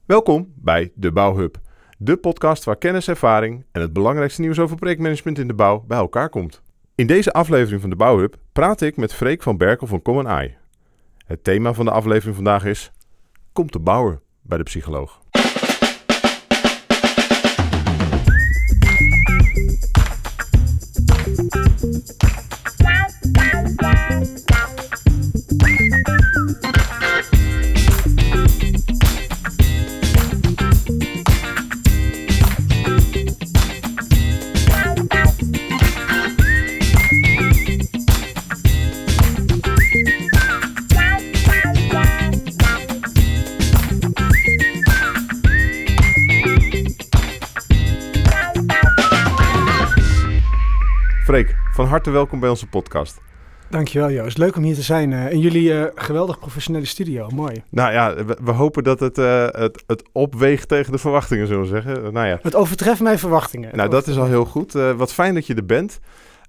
Welkom bij De Bouwhub, de podcast waar kennis, ervaring en het belangrijkste nieuws over projectmanagement in de bouw bij elkaar komt. In deze aflevering van De Bouwhub praat ik met Freek van Berkel van Common Eye. Het thema van de aflevering vandaag is: komt de bouwer bij de psycholoog? Freek, van harte welkom bij onze podcast. Dankjewel Joost, leuk om hier te zijn in jullie geweldig professionele studio, mooi. Nou ja, we hopen dat het opweegt tegen de verwachtingen, zullen we zeggen. Nou ja. Het overtreft mijn verwachtingen. Nou, dat is al heel goed. Wat fijn dat je er bent.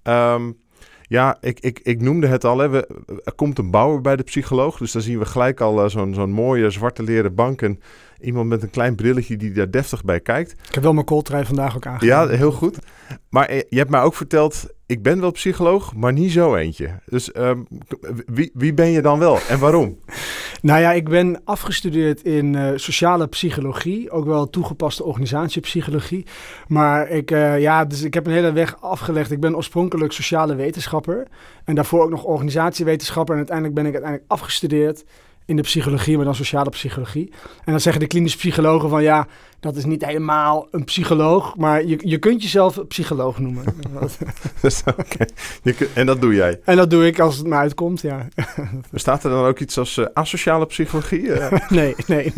Ik noemde het al, er komt een bouwer bij de psycholoog. Dus dan zien we gelijk al zo'n mooie zwarte leren bank en iemand met een klein brilletje die daar deftig bij kijkt. Ik heb wel mijn kooltrui vandaag ook aangedaan. Ja, heel goed. Maar je hebt mij ook verteld, ik ben wel psycholoog, maar niet zo eentje. Dus wie ben je dan wel en waarom? Nou ja, ik ben afgestudeerd in sociale psychologie, ook wel toegepaste organisatiepsychologie. Maar dus ik heb een hele weg afgelegd. Ik ben oorspronkelijk sociale wetenschapper en daarvoor ook nog organisatiewetenschapper. En uiteindelijk ben ik afgestudeerd in de psychologie, maar dan sociale psychologie. En dan zeggen de klinische psychologen van ja, dat is niet helemaal een psycholoog, maar je kunt jezelf psycholoog noemen. Okay. En dat doe jij? En dat doe ik als het me uitkomt, ja. Bestaat er dan ook iets als asociale psychologie? Nee.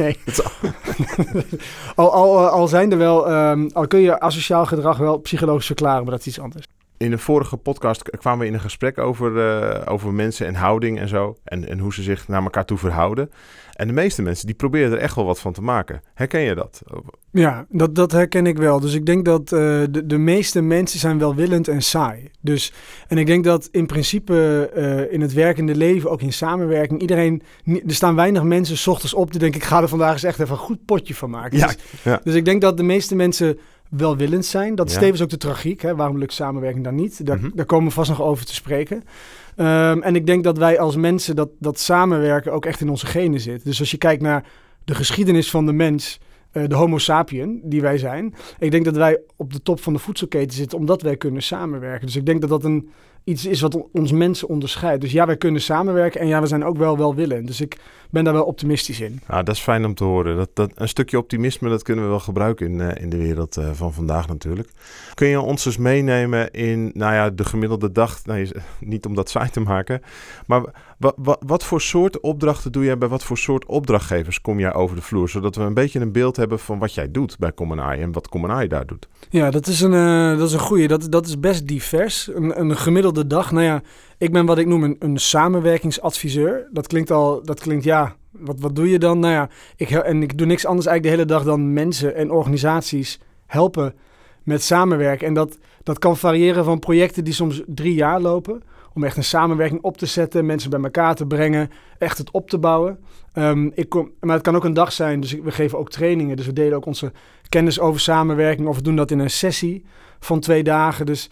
al zijn er wel, al kun je asociaal gedrag wel psychologisch verklaren, maar dat is iets anders. In de vorige podcast kwamen we in een gesprek over mensen en houding en zo. En hoe ze zich naar elkaar toe verhouden. En de meeste mensen die proberen er echt wel wat van te maken. Herken je dat? Ja, dat herken ik wel. Dus ik denk dat de meeste mensen zijn welwillend en saai. En ik denk dat in principe in het werkende leven, ook in samenwerking, er staan weinig mensen 's ochtends op die denken, ik ga er vandaag eens echt even een goed potje van maken. Ja. Dus ik denk dat de meeste mensen welwillend zijn. Dat is tevens ook de tragiek. Hè? Waarom lukt samenwerking dan niet? Daar komen we vast nog over te spreken. En ik denk dat wij als mensen dat samenwerken ook echt in onze genen zit. Dus als je kijkt naar de geschiedenis van de mens, de homo sapien die wij zijn. Ik denk dat wij op de top van de voedselketen zitten omdat wij kunnen samenwerken. Dus ik denk dat dat iets is wat ons mensen onderscheidt. Dus ja, wij kunnen samenwerken en ja, we zijn ook wel welwillend. Dus ik ben daar wel optimistisch in. Nou, dat is fijn om te horen. Dat een stukje optimisme, dat kunnen we wel gebruiken in de wereld van vandaag natuurlijk. Kun je ons dus meenemen in de gemiddelde dag? Niet om dat saai te maken. Maar wat voor soort opdrachten doe jij bij wat voor soort opdrachtgevers kom jij over de vloer? Zodat we een beetje een beeld hebben van wat jij doet bij Common Eye en wat Common Eye daar doet. Ja, dat is een goeie. Dat is best divers. Een gemiddelde dag. Nou ja, ik ben wat ik noem een samenwerkingsadviseur. Dat klinkt ja, wat doe je dan? Nou ja, ik doe niks anders eigenlijk de hele dag dan mensen en organisaties helpen met samenwerken. En dat kan variëren van projecten die soms 3 jaar lopen, om echt een samenwerking op te zetten, mensen bij elkaar te brengen, echt het op te bouwen. Maar het kan ook een dag zijn, dus we geven ook trainingen. Dus we delen ook onze kennis over samenwerking, of we doen dat in een sessie van 2 dagen. Dus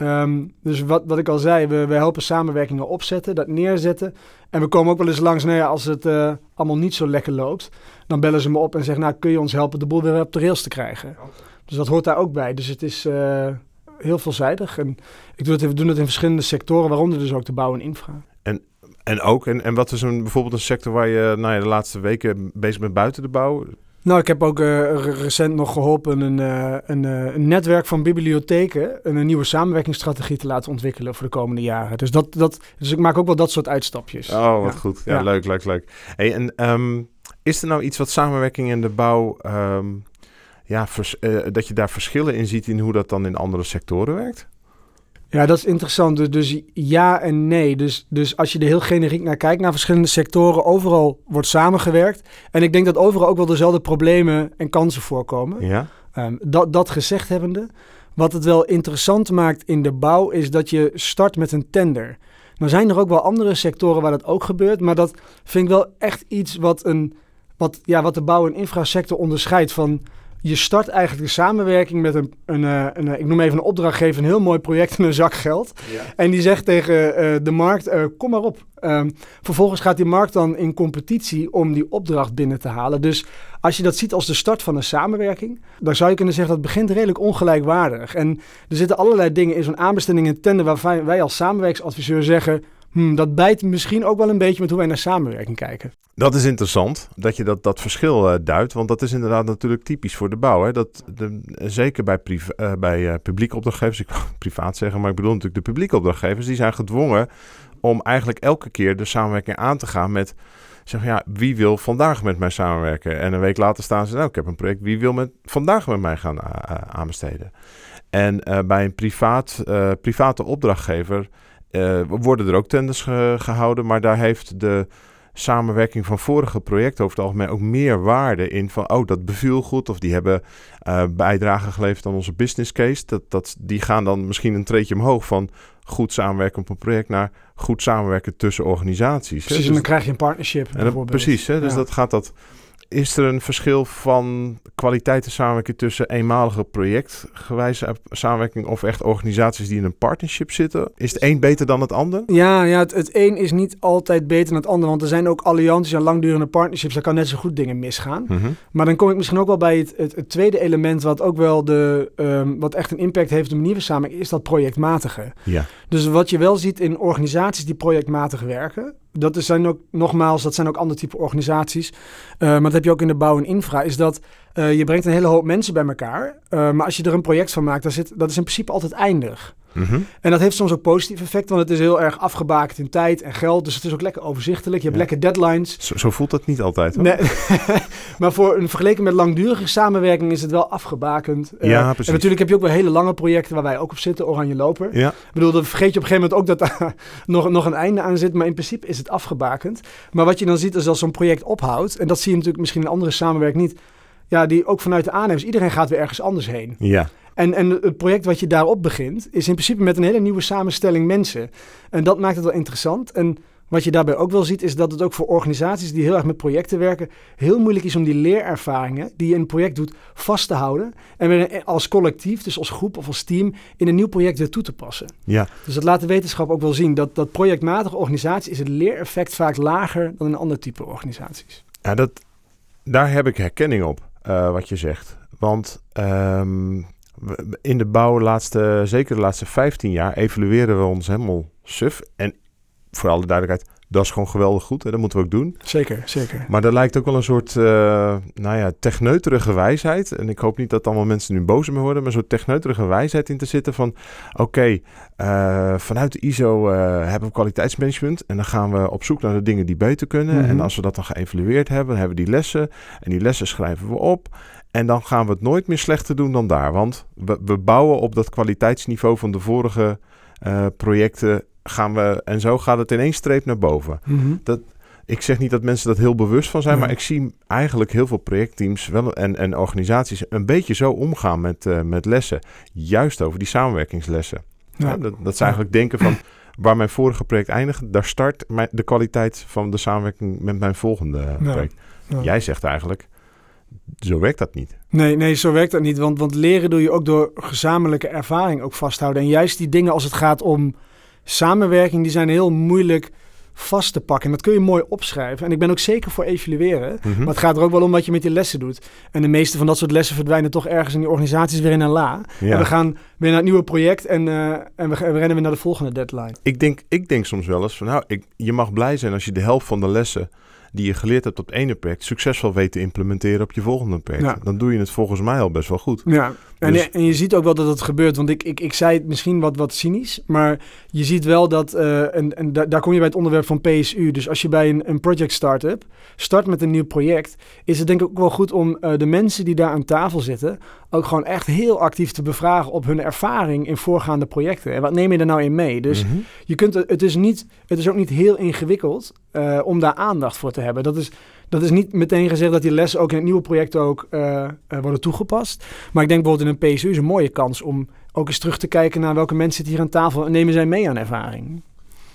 wat ik al zei, we helpen samenwerkingen opzetten, dat neerzetten. En we komen ook wel eens langs, als het allemaal niet zo lekker loopt, dan bellen ze me op en zeggen, kun je ons helpen de boel weer op de rails te krijgen? Dus dat hoort daar ook bij. Dus het is heel veelzijdig. En we doen het in verschillende sectoren, waaronder dus ook de bouw en infra. En wat is bijvoorbeeld een sector waar je de laatste weken bezig bent buiten de bouw? Nou, ik heb ook recent nog geholpen een netwerk van bibliotheken een nieuwe samenwerkingsstrategie te laten ontwikkelen voor de komende jaren. Dus ik maak ook wel dat soort uitstapjes. Oh, wat goed. Ja, leuk. Hey, en is er nou iets wat samenwerking in de bouw, dat je daar verschillen in ziet in hoe dat dan in andere sectoren werkt? Ja, dat is interessant. Dus ja en nee. Dus als je er heel generiek naar kijkt, naar verschillende sectoren, overal wordt samengewerkt. En ik denk dat overal ook wel dezelfde problemen en kansen voorkomen. Ja. Dat gezegd hebbende, wat het wel interessant maakt in de bouw, is dat je start met een tender. Nou zijn er ook wel andere sectoren waar dat ook gebeurt, maar dat vind ik wel echt iets wat een wat de bouw- en infrasector onderscheidt van... Je start eigenlijk de samenwerking met ik noem even een opdrachtgever, een heel mooi project en een zak geld. Ja. En die zegt tegen de markt, kom maar op. Vervolgens gaat die markt dan in competitie om die opdracht binnen te halen. Dus als je dat ziet als de start van een samenwerking, dan zou je kunnen zeggen dat het begint redelijk ongelijkwaardig. En er zitten allerlei dingen in zo'n aanbesteding en tender waarvan wij als samenwerkingsadviseur zeggen... dat bijt misschien ook wel een beetje met hoe wij naar samenwerking kijken. Dat is interessant, dat je dat verschil duidt. Want dat is inderdaad natuurlijk typisch voor de bouw. Hè? Zeker bij publieke opdrachtgevers, ik wil privaat zeggen... maar ik bedoel natuurlijk de publieke opdrachtgevers... die zijn gedwongen om eigenlijk elke keer de samenwerking aan te gaan met... zeggen ja, wie wil vandaag met mij samenwerken? En een week later staan ze, ik heb een project... wie wil vandaag met mij gaan aanbesteden? En bij een private opdrachtgever... worden er ook tenders gehouden, maar daar heeft de samenwerking van vorige projecten over het algemeen ook meer waarde in van, dat beviel goed, of die hebben bijdrage geleverd aan onze business case. Die gaan dan misschien een treedje omhoog van goed samenwerken op een project naar goed samenwerken tussen organisaties. Precies, en dan krijg je een partnership bijvoorbeeld. Precies, hè? Dus dat gaat dat... Is er een verschil van kwaliteit en samenwerking tussen eenmalige projectgewijze samenwerking of echt organisaties die in een partnership zitten? Is het een beter dan het ander? Ja, het een is niet altijd beter dan het ander, want er zijn ook allianties en langdurende partnerships, daar kan net zo goed dingen misgaan. Mm-hmm. Maar dan kom ik misschien ook wel bij het tweede element, wat ook wel wat echt een impact heeft op de manier van samenwerking, is dat projectmatige. Ja. Dus wat je wel ziet in organisaties die projectmatig werken, dat zijn ook ander type organisaties. Maar dat heb je ook in de bouw en infra. Is dat je brengt een hele hoop mensen bij elkaar. Maar als je er een project van maakt, dat is in principe altijd eindig. Mm-hmm. En dat heeft soms ook positief effect, want het is heel erg afgebakend in tijd en geld. Dus het is ook lekker overzichtelijk. Je hebt lekker deadlines. Zo voelt dat niet altijd, hoor. Nee. Maar vergeleken met langdurige samenwerking is het wel afgebakend. Ja, precies. En natuurlijk heb je ook wel hele lange projecten waar wij ook op zitten. Oranje Loper. Ja. Ik bedoel, dan vergeet je op een gegeven moment ook dat er nog een einde aan zit. Maar in principe is het afgebakend. Maar wat je dan ziet is als zo'n project ophoudt, en dat zie je natuurlijk misschien in andere samenwerking niet. Ja, die ook vanuit de aannemers. Iedereen gaat weer ergens anders heen. Ja. En het project wat je daarop begint, is in principe met een hele nieuwe samenstelling mensen. En dat maakt het wel interessant. En wat je daarbij ook wel ziet, is dat het ook voor organisaties die heel erg met projecten werken, heel moeilijk is om die leerervaringen die je in een project doet, vast te houden. En weer als collectief, dus als groep of als team, in een nieuw project weer toe te passen. Ja. Dus dat laat de wetenschap ook wel zien. Dat projectmatige organisatie is het leereffect vaak lager dan in ander type organisaties. Ja, daar heb ik herkenning op, wat je zegt. Want in de bouw, zeker de laatste 15 jaar, evalueren we ons helemaal suf. En voor alle duidelijkheid, dat is gewoon geweldig goed. Hè? Dat moeten we ook doen. Zeker, zeker. Maar er lijkt ook wel een soort techneuterige wijsheid. En ik hoop niet dat allemaal mensen nu boos op me worden. Maar een soort techneuterige wijsheid in te zitten van... vanuit de ISO hebben we kwaliteitsmanagement. En dan gaan we op zoek naar de dingen die beter kunnen. Mm-hmm. En als we dat dan geëvalueerd hebben, dan hebben we die lessen. En die lessen schrijven we op. En dan gaan we het nooit meer slechter doen dan daar. Want we bouwen op dat kwaliteitsniveau van de vorige projecten. En zo gaat het in één streep naar boven. Mm-hmm. Ik zeg niet dat mensen dat heel bewust van zijn, maar ik zie eigenlijk heel veel projectteams en organisaties een beetje zo omgaan met lessen. Juist over die samenwerkingslessen. Ja. Dat ze eigenlijk denken van, waar mijn vorige project eindigt, daar start de kwaliteit van de samenwerking met mijn volgende project. Ja. Jij zegt eigenlijk, zo werkt dat niet. Nee, zo werkt dat niet. Want leren doe je ook door gezamenlijke ervaring ook vasthouden. En juist die dingen als het gaat om samenwerking, die zijn heel moeilijk vast te pakken. En dat kun je mooi opschrijven. En ik ben ook zeker voor evalueren. Mm-hmm. Maar het gaat er ook wel om wat je met die lessen doet. En de meeste van dat soort lessen verdwijnen toch ergens in die organisaties weer in een la. Ja. En we gaan weer naar het nieuwe project en we rennen weer naar de volgende deadline. Ik denk soms wel eens van, je mag blij zijn als je de helft van de lessen die je geleerd hebt op het ene project succesvol weet te implementeren op je volgende project. Ja. Dan doe je het volgens mij al best wel goed. Ja. Dus en je ziet ook wel dat het gebeurt. Want ik zei het misschien wat cynisch. Maar je ziet wel dat... daar kom je bij het onderwerp van PSU. Dus als je bij een project startup start met een nieuw project, is het denk ik ook wel goed om de mensen die daar aan tafel zitten ook gewoon echt heel actief te bevragen op hun ervaring in voorgaande projecten. En wat neem je er nou in mee? Dus je kunt het is ook niet heel ingewikkeld om daar aandacht voor te hebben. Dat is niet meteen gezegd dat die lessen ook in het nieuwe project ook worden toegepast. Maar ik denk bijvoorbeeld in een PSU is een mooie kans om ook eens terug te kijken naar welke mensen zitten hier aan tafel en nemen zij mee aan ervaring.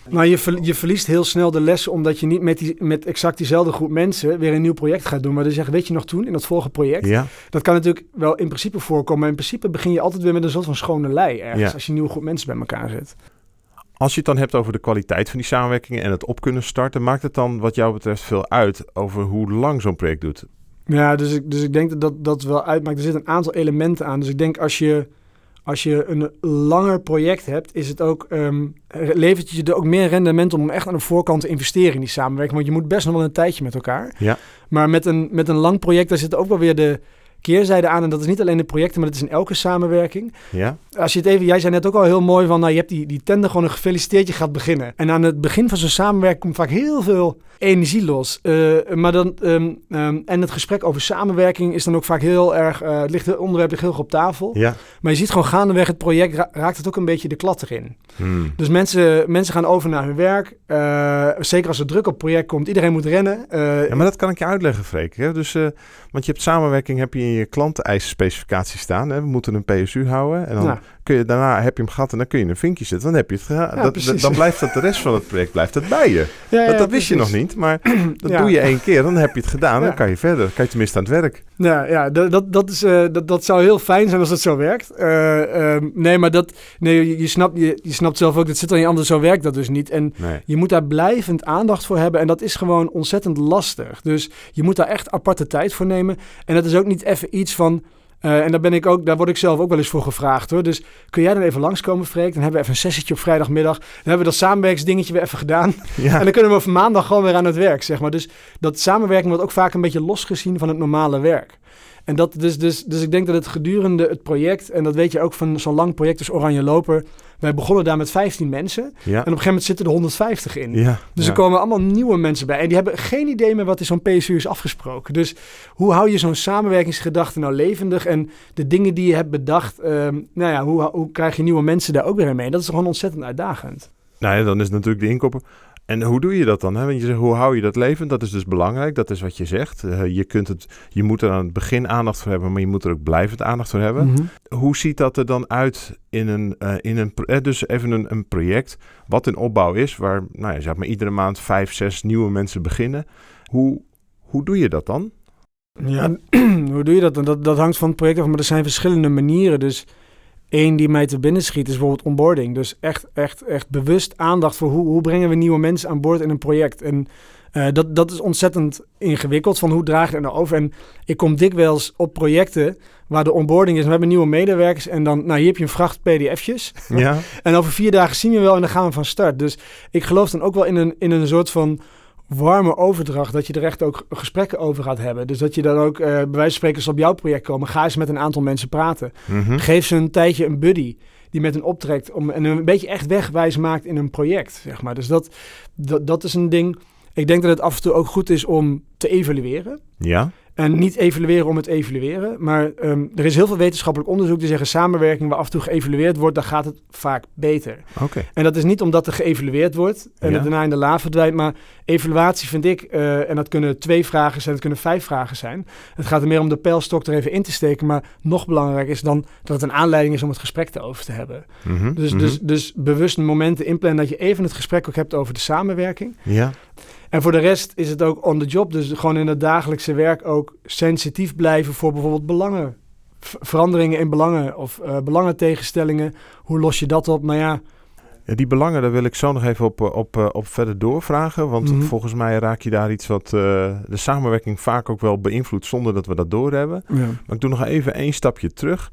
Maar je verliest heel snel de lessen, omdat je niet met exact diezelfde groep mensen weer een nieuw project gaat doen. Maar dan zeggen, weet je nog toen, in dat vorige project? Ja. Dat kan natuurlijk wel in principe voorkomen. Maar in principe begin je altijd weer met een soort van schone lei ergens. Als je een nieuwe groep mensen bij elkaar zet. Als je het dan hebt over de kwaliteit van die samenwerkingen en het op kunnen starten, maakt het dan wat jou betreft veel uit over hoe lang zo'n project doet? Ja, dus ik denk dat wel uitmaakt. Er zitten een aantal elementen aan. Dus ik denk als je een langer project hebt, is het ook, levert je er ook meer rendement om echt aan de voorkant te investeren in die samenwerking. Want je moet best nog wel een tijdje met elkaar. Ja. Maar met een lang project, daar zit ook wel weer de keerzijde aan. En dat is niet alleen de projecten, maar dat is in elke samenwerking. Ja. Als je het even, jij zei net ook al heel mooi van, je hebt die tender gewoon een gefeliciteerd, je gaat beginnen. En aan het begin van zo'n samenwerking komt vaak heel veel energie los. Maar dan, en het gesprek over samenwerking is dan ook vaak heel erg, het onderwerp ligt heel goed op tafel. Ja. Maar je ziet gewoon gaandeweg het project raakt het ook een beetje de klat erin. Dus mensen gaan over naar hun werk. Zeker als er druk op het project komt, iedereen moet rennen. Ja, maar dat kan ik je uitleggen, Freek. Hè? Dus, want je hebt samenwerking, heb je in je klanteneisspecificatie staan. Hè? We moeten een PSU houden. En dan kun je, daarna heb je hem gehad en dan kun je een vinkje zetten. Dan heb je het gedaan. Dan blijft dat de rest van het project bij je. Dat wist je nog niet, maar dat doe je 1 keer. Dan heb je het gedaan, dan kan je verder. Kan je tenminste aan het werk. Dat zou heel fijn zijn als het zo werkt. Je snapt zelf ook, dat zit al in je anders, zo werkt dat dus niet. En je moet daar blijvend aandacht voor hebben. En dat is gewoon ontzettend lastig. Dus je moet daar echt aparte tijd voor nemen. En dat is ook niet even iets van... en daar word ik zelf ook wel eens voor gevraagd, hoor. Dus kun jij dan even langskomen, Freek? Dan hebben we even een sessietje op vrijdagmiddag. Dan hebben we dat samenwerkingsdingetje weer even gedaan. Ja. En dan kunnen we over maandag gewoon weer aan het werk, zeg maar. Dus dat samenwerking wordt ook vaak een beetje losgezien van het normale werk. En dat dus ik denk dat het gedurende het project, en dat weet je ook van zo'n lang project als Oranje Loper, wij begonnen daar met 15 mensen. Ja. En op een gegeven moment zitten er 150 in. Ja. Dus er komen allemaal nieuwe mensen bij. En die hebben geen idee meer wat in zo'n PSU is afgesproken. Dus hoe hou je zo'n samenwerkingsgedachte nou levendig? En de dingen die je hebt bedacht, hoe krijg je nieuwe mensen daar ook weer in mee? Dat is gewoon ontzettend uitdagend. Nou ja, dan is het natuurlijk de inkoper. En hoe doe je dat dan? Hè? Want je zegt, hoe hou je dat levend? Dat is dus belangrijk. Dat is wat je zegt. Je moet er aan het begin aandacht voor hebben, maar je moet er ook blijvend aandacht voor hebben. Mm-hmm. Hoe ziet dat er dan uit in een project wat in opbouw is, waar zeg maar iedere maand 5, 6 nieuwe mensen beginnen? Hoe doe je dat dan? Ja, hoe doe je dat dan? Dat hangt van het project af, maar er zijn verschillende manieren. Dus Eén die mij te binnen schiet is bijvoorbeeld onboarding. Dus echt bewust aandacht voor hoe brengen we nieuwe mensen aan boord in een project. En dat is ontzettend ingewikkeld van hoe draag je er nou over. En ik kom dikwijls op projecten waar de onboarding is. En we hebben nieuwe medewerkers en dan, hier heb je een vracht pdf'jes. Ja. En over 4 dagen zien we wel en dan gaan we van start. Dus ik geloof dan ook wel in een soort van warme overdracht, dat je er echt ook gesprekken over gaat hebben. Dus dat je dan ook, bij wijze van spreken, als op jouw project komen, ga eens met een aantal mensen praten. Mm-hmm. Geef ze een tijdje een buddy die met hen optrekt en een beetje echt wegwijs maakt in een project, zeg maar. Dus dat is een ding. Ik denk dat het af en toe ook goed is om te evalueren. Ja. En niet evalueren om het evalueren. Maar er is heel veel wetenschappelijk onderzoek die zeggen samenwerking waar af en toe geëvalueerd wordt, dan gaat het vaak beter. Okay. En dat is niet omdat er geëvalueerd wordt en het daarna in de la verdwijnt. Maar evaluatie vind ik, en dat kunnen 2 vragen zijn, dat kunnen 5 vragen zijn. Het gaat er meer om de pijlstok er even in te steken. Maar nog belangrijker is dan dat het een aanleiding is om het gesprek erover te hebben. Mm-hmm. Dus bewust momenten inplannen dat je even het gesprek ook hebt over de samenwerking. Ja. En voor de rest is het ook on the job. Dus gewoon in het dagelijkse werk ook sensitief blijven voor bijvoorbeeld veranderingen in belangen of belangentegenstellingen. Hoe los je dat op? Nou ja. Ja, die belangen, daar wil ik zo nog even op verder doorvragen. Want volgens mij raak je daar iets wat de samenwerking vaak ook wel beïnvloedt zonder dat we dat doorhebben. Ja. Maar ik doe nog even 1 stapje terug.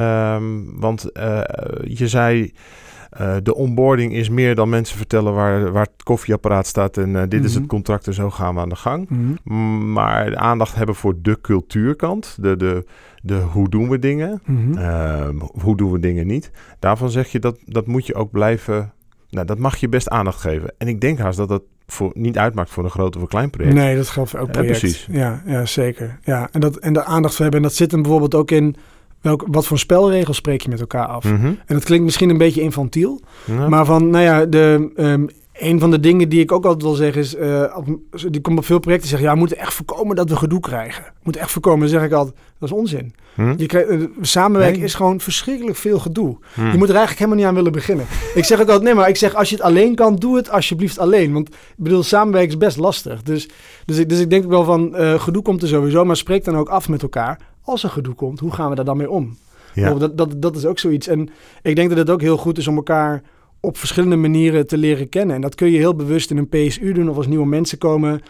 Want je zei, de onboarding is meer dan mensen vertellen waar het koffieapparaat staat en dit is het contract en zo gaan we aan de gang. Mm-hmm. Maar aandacht hebben voor de cultuurkant, de hoe doen we dingen, hoe doen we dingen niet. Daarvan zeg je dat moet je ook blijven, dat mag je best aandacht geven. En ik denk haast dat dat niet uitmaakt voor een groot of een klein project. Nee, dat geldt voor elk project. Precies. Ja, zeker. Ja, en de aandacht voor hebben, en dat zit hem bijvoorbeeld ook in wat voor spelregels spreek je met elkaar af? Mm-hmm. En dat klinkt misschien een beetje infantiel. Ja. Maar van, Een van de dingen die ik ook altijd wil zeggen is, die komt op veel projecten zeggen, ja, we moeten echt voorkomen dat we gedoe krijgen. We moeten echt voorkomen, dan zeg ik altijd, dat is onzin. Samenwerken is gewoon verschrikkelijk veel gedoe. Je moet er eigenlijk helemaal niet aan willen beginnen. Ik zeg ook altijd, nee, maar ik zeg, als je het alleen kan, doe het alsjeblieft alleen. Want ik bedoel, samenwerken is best lastig. Dus ik denk ook wel van, gedoe komt er sowieso, maar spreek dan ook af met elkaar. Als er gedoe komt, hoe gaan we daar dan mee om? Ja. Dat is ook zoiets. En ik denk dat het ook heel goed is om elkaar op verschillende manieren te leren kennen. En dat kun je heel bewust in een PSU doen of als nieuwe mensen komen.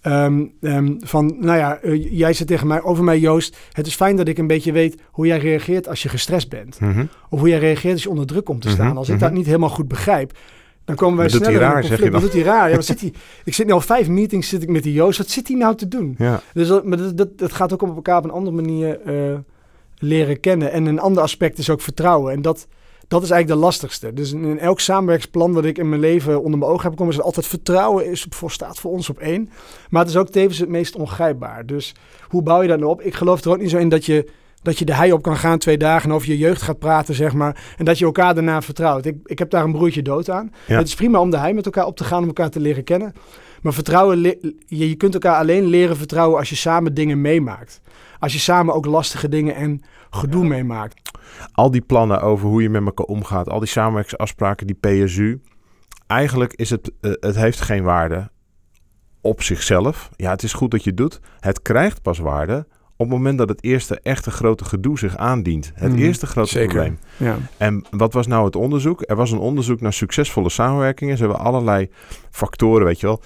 Jij zei tegen mij, over mij Joost, het is fijn dat ik een beetje weet hoe jij reageert als je gestrest bent. Mm-hmm. Of hoe jij reageert als je onder druk komt te staan. Als ik dat niet helemaal goed begrijp, dan komen wij sneller in een conflict. Wat doet hij raar? Ja, wat zit hij? Ik zit nu al 5 meetings met die Joost. Wat zit hij nou te doen? Ja. Dus dat gaat ook op elkaar op een andere manier leren kennen. En een ander aspect is ook vertrouwen. En dat is eigenlijk de lastigste. Dus in elk samenwerkingsplan wat ik in mijn leven onder mijn ogen heb gekomen, is altijd vertrouwen staat voor ons op 1. Maar het is ook tevens het meest ongrijpbaar. Dus hoe bouw je dat nou op? Ik geloof er ook niet zo in dat je de hei op kan gaan 2 dagen en over je jeugd gaat praten, zeg maar. En dat je elkaar daarna vertrouwt. Ik heb daar een broertje dood aan. Ja. Het is prima om de hei met elkaar op te gaan, om elkaar te leren kennen. Maar vertrouwen, je kunt elkaar alleen leren vertrouwen als je samen dingen meemaakt. Als je samen ook lastige dingen en gedoe meemaakt. Al die plannen over hoe je met elkaar omgaat, al die samenwerkingsafspraken, die PSU. Eigenlijk is het heeft geen waarde op zichzelf. Ja, het is goed dat je het doet. Het krijgt pas waarde op het moment dat het eerste echte grote gedoe zich aandient. Het eerste grote probleem. Ja. En wat was nou het onderzoek? Er was een onderzoek naar succesvolle samenwerkingen. Ze hebben allerlei factoren, weet je wel.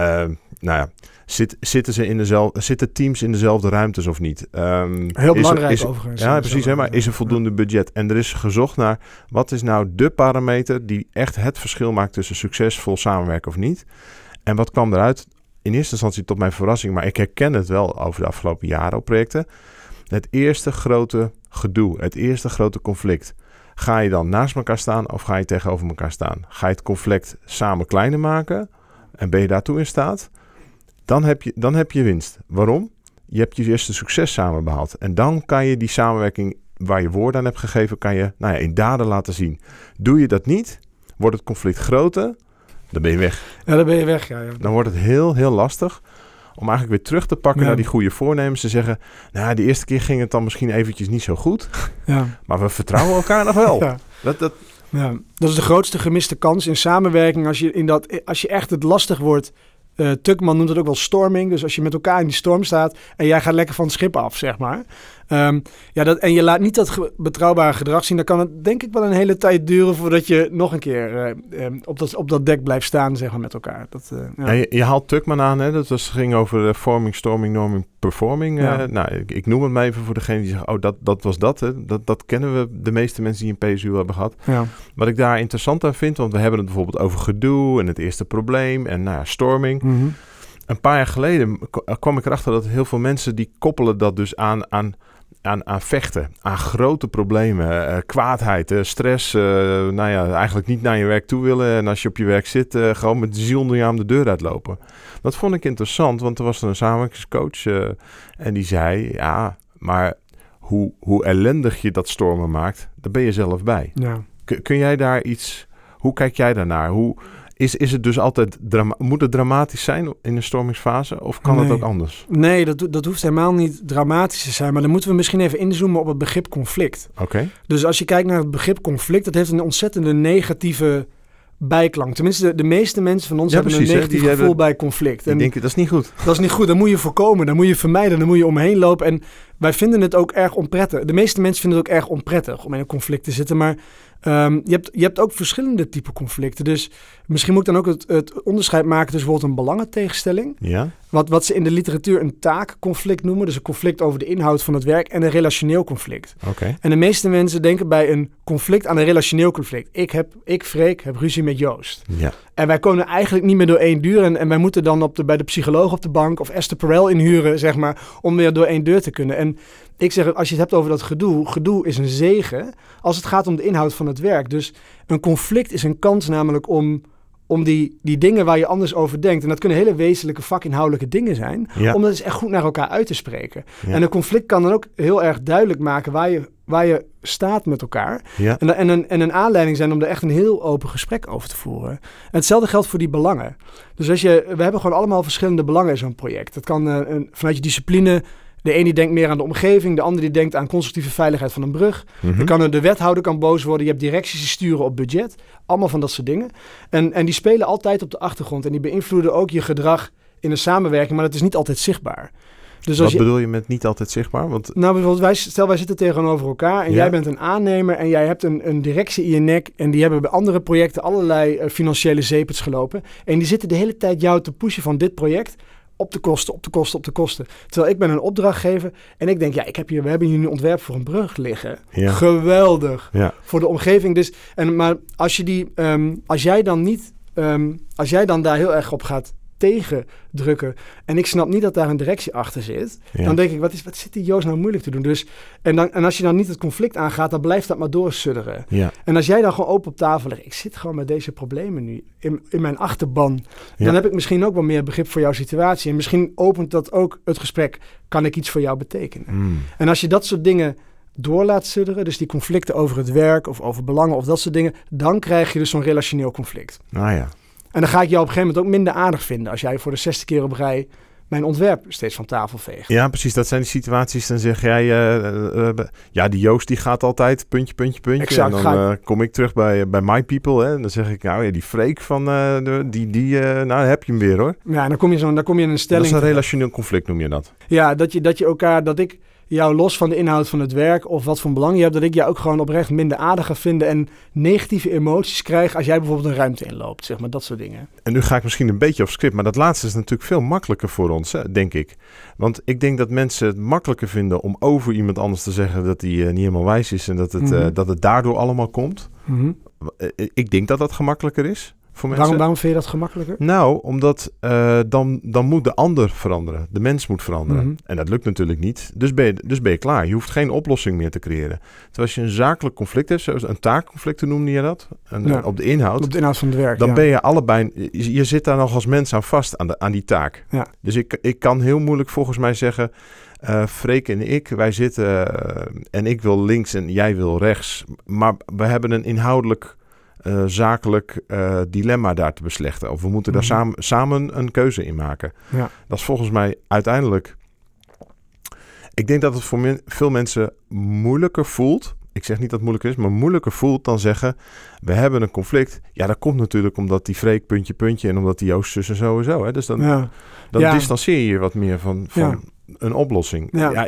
Zitten teams in dezelfde ruimtes of niet? Heel belangrijk overigens. Ja, precies. Hè, maar is er voldoende budget? En er is gezocht naar wat is nou de parameter die echt het verschil maakt tussen succesvol samenwerken of niet? En wat kwam eruit? In eerste instantie tot mijn verrassing, maar ik herken het wel over de afgelopen jaren op projecten. Het eerste grote gedoe, het eerste grote conflict. Ga je dan naast elkaar staan of ga je tegenover elkaar staan? Ga je het conflict samen kleiner maken en ben je daartoe in staat? Dan heb je winst. Waarom? Je hebt je eerste succes samen behaald. En dan kan je die samenwerking waar je woord aan hebt gegeven, kan je in daden laten zien. Doe je dat niet, wordt het conflict groter, dan ben je weg. Ja, dan ben je weg, ja. Dan wordt het heel, heel lastig om eigenlijk weer terug te pakken naar die goede voornemens. Te zeggen, de eerste keer ging het dan misschien eventjes niet zo goed. Ja. Maar we vertrouwen elkaar nog wel. Ja. Dat is de grootste gemiste kans in samenwerking. Als je echt het lastig wordt. Tuckman noemt het ook wel storming. Dus als je met elkaar in die storm staat en jij gaat lekker van het schip af, zeg maar. En je laat niet dat betrouwbare gedrag zien, dan kan het denk ik wel een hele tijd duren voordat je nog een keer op dat dek blijft staan, zeg maar, met elkaar. Je haalt Tuckman aan, hè? Dat ging over forming, storming, norming, performing. Ja. Ik noem het maar even voor degene die zeggen, dat was dat. Hè? Dat kennen we, de meeste mensen die een PSU hebben gehad. Ja. Wat ik daar interessant aan vind, want we hebben het bijvoorbeeld over gedoe en het eerste probleem en storming. Mm-hmm. Een paar jaar geleden kwam ik erachter dat heel veel mensen die koppelen dat dus aan vechten, aan grote problemen, kwaadheid, stress, eigenlijk niet naar je werk toe willen en als je op je werk zit, gewoon met de ziel onder je aan de deur uitlopen. Dat vond ik interessant, want er was een samenwerkingscoach en die zei, ja, maar hoe ellendig je dat stormen maakt, daar ben je zelf bij. Ja. Kun jij daar hoe kijk jij daarnaar? Is het dus altijd moet het dramatisch zijn in een stormingsfase of kan het ook anders? Nee, dat hoeft helemaal niet dramatisch te zijn. Maar dan moeten we misschien even inzoomen op het begrip conflict. Okay. Dus als je kijkt naar het begrip conflict, dat heeft een ontzettende negatieve bijklank. Tenminste, de meeste mensen van ons hebben een negatief gevoel bij conflict. En denk, dat is niet goed. Dat is niet goed. Dat moet je voorkomen. Dat moet je vermijden. Dan moet je omheen lopen. En wij vinden het ook erg onprettig. De meeste mensen vinden het ook erg onprettig om in een conflict te zitten. Maar je hebt ook verschillende typen conflicten. Dus misschien moet ik dan ook het onderscheid maken tussen bijvoorbeeld een belangentegenstelling. Ja. Wat ze in de literatuur een taakconflict noemen. Dus een conflict over de inhoud van het werk. En een relationeel conflict. Okay. En de meeste mensen denken bij een conflict aan een relationeel conflict. Ik, Freek, heb ruzie met Joost. Ja. En wij komen eigenlijk niet meer door 1 deur. En wij moeten dan bij de psycholoog op de bank of Esther Perel inhuren, zeg maar, om weer door 1 deur te kunnen. En ik zeg, als je het hebt over dat gedoe is een zegen als het gaat om de inhoud van het werk. Dus een conflict is een kans namelijk om om die dingen waar je anders over denkt, en dat kunnen hele wezenlijke vakinhoudelijke dingen zijn, om dat eens echt goed naar elkaar uit te spreken. Ja. En een conflict kan dan ook heel erg duidelijk maken waar je staat met elkaar. Ja. En een aanleiding zijn om er echt een heel open gesprek over te voeren. En hetzelfde geldt voor die belangen. Dus we hebben gewoon allemaal verschillende belangen in zo'n project. Dat kan vanuit je discipline. De ene die denkt meer aan de omgeving, de andere die denkt aan constructieve veiligheid van een brug. De wethouder kan boos worden, je hebt directies die sturen op budget. Allemaal van dat soort dingen. En die spelen altijd op de achtergrond en die beïnvloeden ook je gedrag in een samenwerking, maar dat is niet altijd zichtbaar. Dus wat bedoel je met niet altijd zichtbaar? Want... Nou, bijvoorbeeld wij zitten tegenover elkaar en jij bent een aannemer en jij hebt een directie in je nek en die hebben bij andere projecten allerlei financiële zeepels gelopen. En die zitten de hele tijd jou te pushen van dit project op de kosten. Terwijl ik ben een opdrachtgever en ik denk, we hebben hier een ontwerp voor een brug liggen. Ja. Geweldig. Ja. Voor de omgeving. Dus, maar als jij dan daar heel erg op gaat tegendrukken en ik snap niet dat daar een directie achter zit, dan denk ik, wat zit die Joost nou moeilijk te doen? Dus, en als je dan niet het conflict aangaat, dan blijft dat maar doorsudderen. Ja. En als jij dan gewoon open op tafel legt, ik zit gewoon met deze problemen nu in mijn achterban, dan heb ik misschien ook wel meer begrip voor jouw situatie en misschien opent dat ook het gesprek, kan ik iets voor jou betekenen? En als je dat soort dingen door laat sudderen, dus die conflicten over het werk of over belangen of dat soort dingen, dan krijg je dus zo'n relationeel conflict. En dan ga ik jou op een gegeven moment ook minder aardig vinden als jij voor de 60 keer op rij mijn ontwerp steeds van tafel veegt. Ja, precies. Dat zijn die situaties. Dan zeg jij, die Joost die gaat altijd, puntje. Exact, en dan kom ik terug bij My People. Hè, en dan zeg ik, die Freek van, heb je hem weer hoor. Ja, en dan kom je in een stelling. Dat is een relationeel conflict, noem je dat? Ja, dat ik jou los van de inhoud van het werk of wat voor belang je hebt, dat ik jou ook gewoon oprecht minder aardig ga vinden en negatieve emoties krijg als jij bijvoorbeeld een ruimte inloopt, zeg maar, dat soort dingen. En nu ga ik misschien een beetje off script, maar dat laatste is natuurlijk veel makkelijker voor ons, hè, denk ik. Want ik denk dat mensen het makkelijker vinden om over iemand anders te zeggen dat hij niet helemaal wijs is en dat het daardoor allemaal komt. Ik denk dat dat gemakkelijker is. Waarom vind je dat gemakkelijker? Nou, omdat dan moet de ander veranderen. De mens moet veranderen. En dat lukt natuurlijk niet. Dus ben je klaar. Je hoeft geen oplossing meer te creëren. Terwijl als je een zakelijk conflict hebt, zoals een taakconflict noemde je dat, op de inhoud. Op de inhoud van het werk, dan ben je allebei, je zit daar nog als mens aan vast, aan die taak. Ja. Dus ik kan heel moeilijk volgens mij zeggen, Freek en ik, wij zitten en ik wil links en jij wil rechts. Maar we hebben een inhoudelijk zakelijk dilemma daar te beslechten. Of we moeten daar samen een keuze in maken. Ja. Dat is volgens mij uiteindelijk... Ik denk dat het voor veel mensen moeilijker voelt. Ik zeg niet dat het moeilijker is, maar moeilijker voelt dan zeggen, we hebben een conflict. Ja, dat komt natuurlijk omdat die Freek puntje en omdat die Joost zus en zo. Hè? Dus dan distancieer je wat meer van een oplossing. Ja,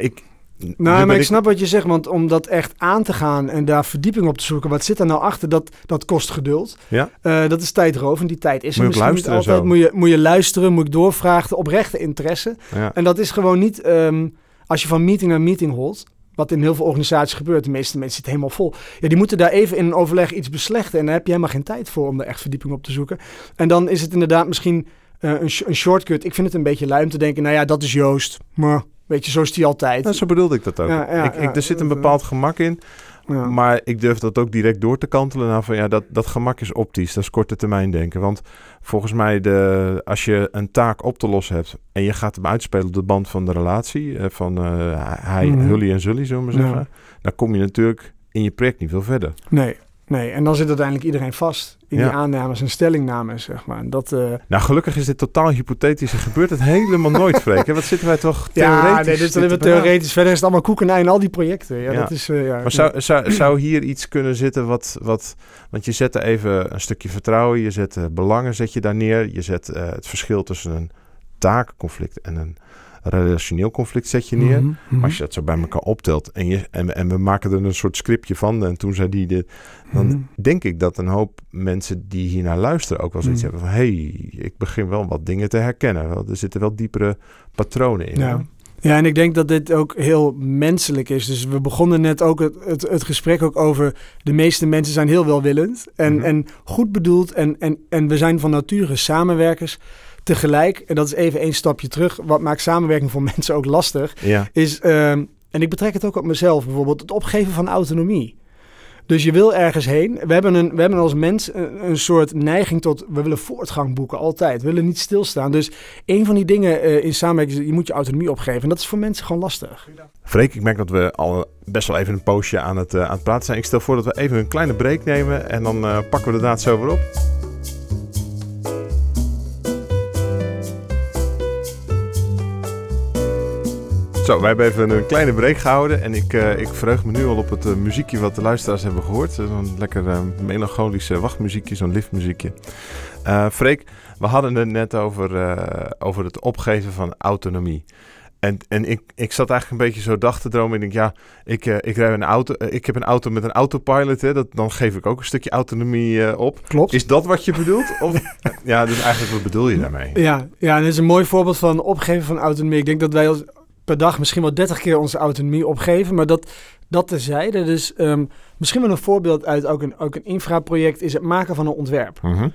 ik snap wat je zegt, want om dat echt aan te gaan en daar verdieping op te zoeken, wat zit er nou achter, dat kost geduld. Ja. Dat is tijdrovend, die tijd is er misschien niet altijd. Moet je luisteren, moet ik doorvragen, de oprechte interesse. Ja. En dat is gewoon niet, als je van meeting naar meeting holt, wat in heel veel organisaties gebeurt, de meeste mensen zitten helemaal vol. Ja, die moeten daar even in een overleg iets beslechten en daar heb je helemaal geen tijd voor om er echt verdieping op te zoeken. En dan is het inderdaad misschien een shortcut. Ik vind het een beetje lui om te denken, dat is Joost, maar... Weet je, zo is die altijd. Nou, zo bedoelde ik dat ook. Er zit een bepaald gemak in. Ja. Maar ik durf dat ook direct door te kantelen. Nou, van dat gemak is optisch. Dat is korte termijn denken. Want volgens mij, als je een taak op te lossen hebt en je gaat hem uitspelen op de band van de relatie, van Hully en Zully, zullen we maar zeggen, dan kom je natuurlijk in je project niet veel verder. Nee, en dan zit uiteindelijk iedereen vast in die aannames en stellingnames, zeg maar. Nou, gelukkig is dit totaal hypothetisch en gebeurt het helemaal nooit, Freek. Wat zitten wij toch theoretisch? Ja, dit is alleen maar theoretisch. Verder is het allemaal koek en ei en al die projecten. Ja. Dat is, maar zou hier iets kunnen zitten wat... Want je zet er even een stukje vertrouwen, je zet belangen zet je daar neer. Je zet het verschil tussen een taakconflict en een relationeel conflict zet je neer. Maar als je dat zo bij elkaar optelt en we maken er een soort scriptje van en toen zei die dit, dan denk ik dat een hoop mensen die hiernaar luisteren ook wel zoiets hebben van ik begin wel wat dingen te herkennen. Er zitten wel diepere patronen in. Ja, en ik denk dat dit ook heel menselijk is. Dus we begonnen net ook het gesprek ook over de meeste mensen zijn heel welwillend en goed bedoeld en we zijn van nature samenwerkers. Tegelijk, en dat is even één stapje terug, wat maakt samenwerking voor mensen ook lastig, is, en ik betrek het ook op mezelf, bijvoorbeeld het opgeven van autonomie. Dus je wil ergens heen. We hebben als mens een soort neiging tot, we willen voortgang boeken, altijd. We willen niet stilstaan. Dus een van die dingen in samenwerking is, je moet je autonomie opgeven. En dat is voor mensen gewoon lastig. Freek, ik merk dat we al best wel even een poosje aan het praten zijn. Ik stel voor dat we even een kleine break nemen en dan pakken we de draad zo weer op. Zo, wij hebben even een kleine break gehouden en ik verheug me nu al op het muziekje wat de luisteraars hebben gehoord. Zo'n lekker melancholisch wachtmuziekje, zo'n liftmuziekje. Freek, we hadden het net over het opgeven van autonomie. En ik zat eigenlijk een beetje zo dag te dromen. Ik denk, ik rijd een auto. Ik heb een auto met een autopilot. Hè, dan geef ik ook een stukje autonomie op. Klopt. Is dat wat je bedoelt? Of, ja, dus eigenlijk wat bedoel je daarmee? Ja, dat is een mooi voorbeeld van opgeven van autonomie. Ik denk dat wij per dag misschien wel 30 keer onze autonomie opgeven. Maar dat terzijde. Dus misschien wel een voorbeeld uit ook een infraproject is het maken van een ontwerp. Mm-hmm.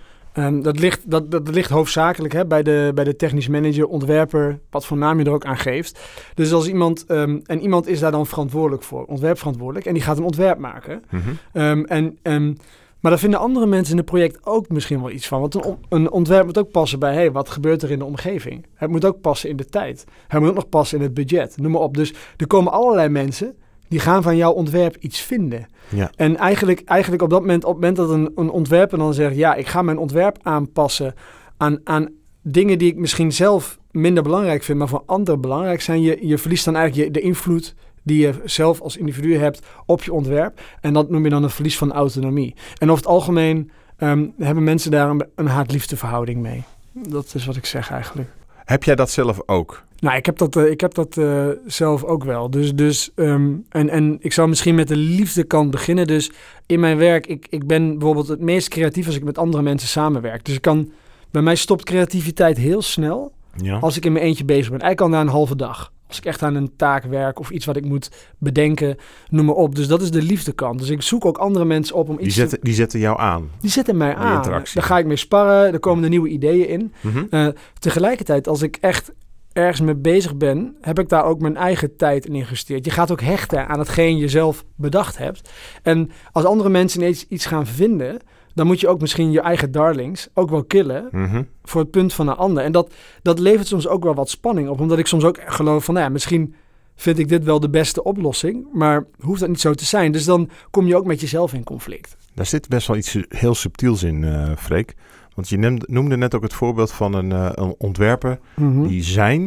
Dat ligt hoofdzakelijk bij de technisch manager, ontwerper, wat voor naam je er ook aan geeft. Dus als iemand is daar dan verantwoordelijk voor, ontwerpverantwoordelijk, en die gaat een ontwerp maken. Mm-hmm. Maar daar vinden andere mensen in het project ook misschien wel iets van. Want een ontwerp moet ook passen bij, wat gebeurt er in de omgeving? Het moet ook passen in de tijd. Het moet ook nog passen in het budget, noem maar op. Dus er komen allerlei mensen die gaan van jouw ontwerp iets vinden. Ja. En eigenlijk op het moment dat een ontwerper dan zegt, ik ga mijn ontwerp aanpassen aan dingen die ik misschien zelf minder belangrijk vind, maar voor anderen belangrijk zijn. Je verliest dan eigenlijk de invloed die je zelf als individu hebt op je ontwerp. En dat noem je dan een verlies van autonomie. En over het algemeen hebben mensen daar een haat-liefde verhouding mee. Dat is wat ik zeg eigenlijk. Heb jij dat zelf ook? Nou, ik heb dat zelf ook wel. Dus en ik zou misschien met de liefdekant beginnen. Dus in mijn werk, ik ben bijvoorbeeld het meest creatief als ik met andere mensen samenwerk. Dus bij mij stopt creativiteit heel snel als ik in mijn eentje bezig ben. Eigenlijk al na een halve dag. Als ik echt aan een taak werk of iets wat ik moet bedenken, noem maar op. Dus dat is de liefdekant. Dus ik zoek ook andere mensen op om iets Die zetten jou aan. Die zetten mij aan. Daar ga ik mee sparren. Er komen er nieuwe ideeën in. Mm-hmm. Tegelijkertijd, als ik echt ergens mee bezig ben, heb ik daar ook mijn eigen tijd in geïnvesteerd. Je gaat ook hechten aan hetgeen je zelf bedacht hebt. En als andere mensen ineens iets gaan vinden, dan moet je ook misschien je eigen darlings ook wel killen voor het punt van een ander. En dat levert soms ook wel wat spanning op, omdat ik soms ook geloof van, misschien vind ik dit wel de beste oplossing, maar hoeft dat niet zo te zijn. Dus dan kom je ook met jezelf in conflict. Daar zit best wel iets heel subtiels in, Freek. Want je noemde net ook het voorbeeld van een ontwerper die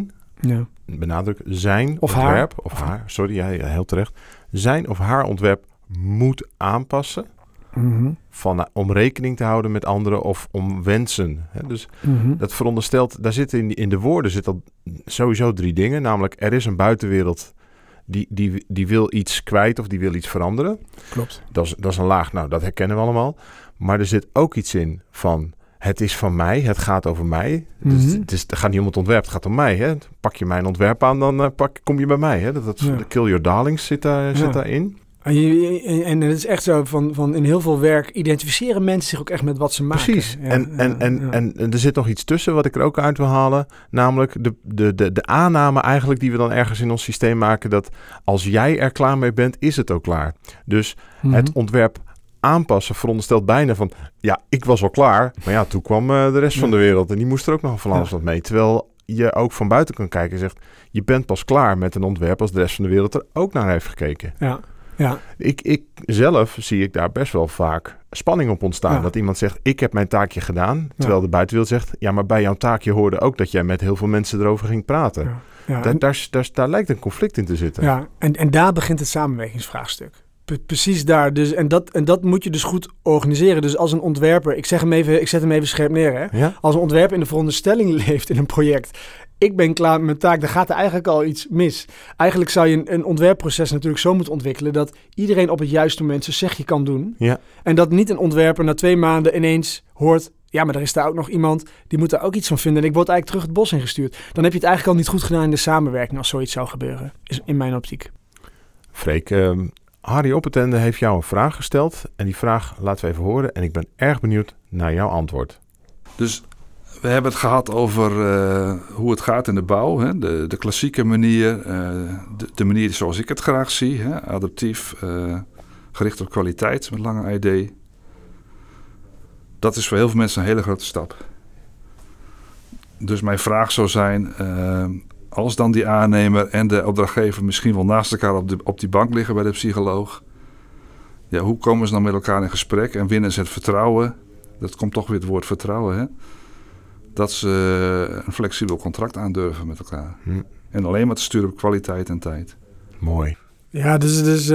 benadruk zijn of ontwerp, haar. of haar, sorry, heel terecht, zijn of haar ontwerp moet aanpassen om rekening te houden met anderen of om wensen. Hè? Dus dat veronderstelt, daar zitten in de woorden zitten sowieso 3 dingen, namelijk er is een buitenwereld die wil iets kwijt of die wil iets veranderen. Klopt. Dat is een laag, dat herkennen we allemaal. Maar er zit ook iets in van, het is van mij, het gaat over mij. Dus het gaat niet om het ontwerp, het gaat om mij. Hè? Pak je mijn ontwerp aan, dan kom je bij mij. Hè? De Kill Your Darlings zit daarin. En het is echt zo, van in heel veel werk identificeren mensen zich ook echt met wat ze maken. Precies. En er zit nog iets tussen wat ik er ook uit wil halen. Namelijk de aanname eigenlijk die we dan ergens in ons systeem maken, dat als jij er klaar mee bent, is het ook klaar. Dus het ontwerp aanpassen veronderstelt bijna van, ik was al klaar. Maar toen kwam de rest van de wereld en die moest er ook nog van alles wat mee. Terwijl je ook van buiten kan kijken en zegt, je bent pas klaar met een ontwerp als de rest van de wereld er ook naar heeft gekeken. Ja. Ik zelf zie ik daar best wel vaak spanning op ontstaan. Ja. Dat iemand zegt, ik heb mijn taakje gedaan. Terwijl de buitenwereld zegt, maar bij jouw taakje hoorde ook dat jij met heel veel mensen erover ging praten. Ja. Daar lijkt een conflict in te zitten. Ja, en daar begint het samenwerkingsvraagstuk. Precies daar. Dus, en dat moet je dus goed organiseren. Dus als een ontwerper, ik zet hem even scherp neer. Hè? Ja? Als een ontwerper in de veronderstelling leeft in een project, ik ben klaar met mijn taak, dan gaat er eigenlijk al iets mis. Eigenlijk zou je een ontwerpproces natuurlijk zo moeten ontwikkelen dat iedereen op het juiste moment zijn zegje kan doen. Ja. En dat niet een ontwerper na 2 maanden ineens hoort, maar er is daar ook nog iemand, die moet daar ook iets van vinden. En ik word eigenlijk terug het bos ingestuurd. Dan heb je het eigenlijk al niet goed gedaan in de samenwerking als zoiets zou gebeuren. Is in mijn optiek. Freek, Harry Oppertende heeft jou een vraag gesteld. En die vraag laten we even horen. En ik ben erg benieuwd naar jouw antwoord. Dus we hebben het gehad over hoe het gaat in de bouw. Hè? De klassieke manier. De manier zoals ik het graag zie. Hè? Adaptief. gericht op kwaliteit met lange ID. Dat is voor heel veel mensen een hele grote stap. Dus mijn vraag zou zijn, als dan die aannemer en de opdrachtgever misschien wel naast elkaar op die bank liggen bij de psycholoog. Ja, hoe komen ze dan met elkaar in gesprek en winnen ze het vertrouwen? Dat komt toch weer het woord vertrouwen, hè? Dat ze een flexibel contract aandurven met elkaar. En alleen maar te sturen op kwaliteit en tijd. Mooi. Ja, dus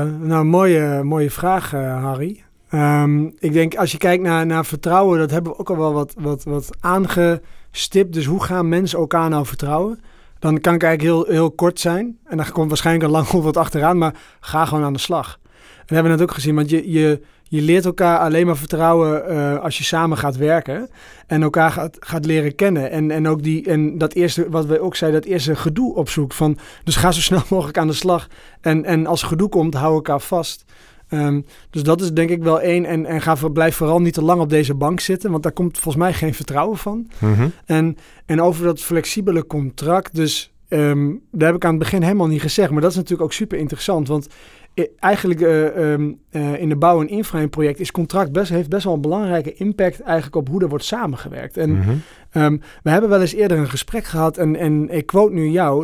mooie vraag, Harry. Ik denk, als je kijkt naar vertrouwen, dat hebben we ook al wel wat aangestipt. Dus hoe gaan mensen elkaar nou vertrouwen? Dan kan ik eigenlijk heel kort zijn. En dan komt waarschijnlijk een lang wat achteraan, maar ga gewoon aan de slag. En dat hebben we net ook gezien, want je leert elkaar alleen maar vertrouwen als je samen gaat werken en elkaar gaat leren kennen. En ook dat eerste, wat we ook zeiden, dat eerste gedoe opzoekt. Dus ga zo snel mogelijk aan de slag. En als gedoe komt, hou elkaar vast. Dus dat is denk ik wel één. En blijf vooral niet te lang op deze bank zitten, want daar komt volgens mij geen vertrouwen van. Mm-hmm. En over dat flexibele contract, dus daar heb ik aan het begin helemaal niet gezegd, maar dat is natuurlijk ook super interessant, want eigenlijk in de bouw- en infra-project is contract heeft best wel een belangrijke impact eigenlijk op hoe er wordt samengewerkt. En we hebben wel eens eerder een gesprek gehad en ik quote nu jou,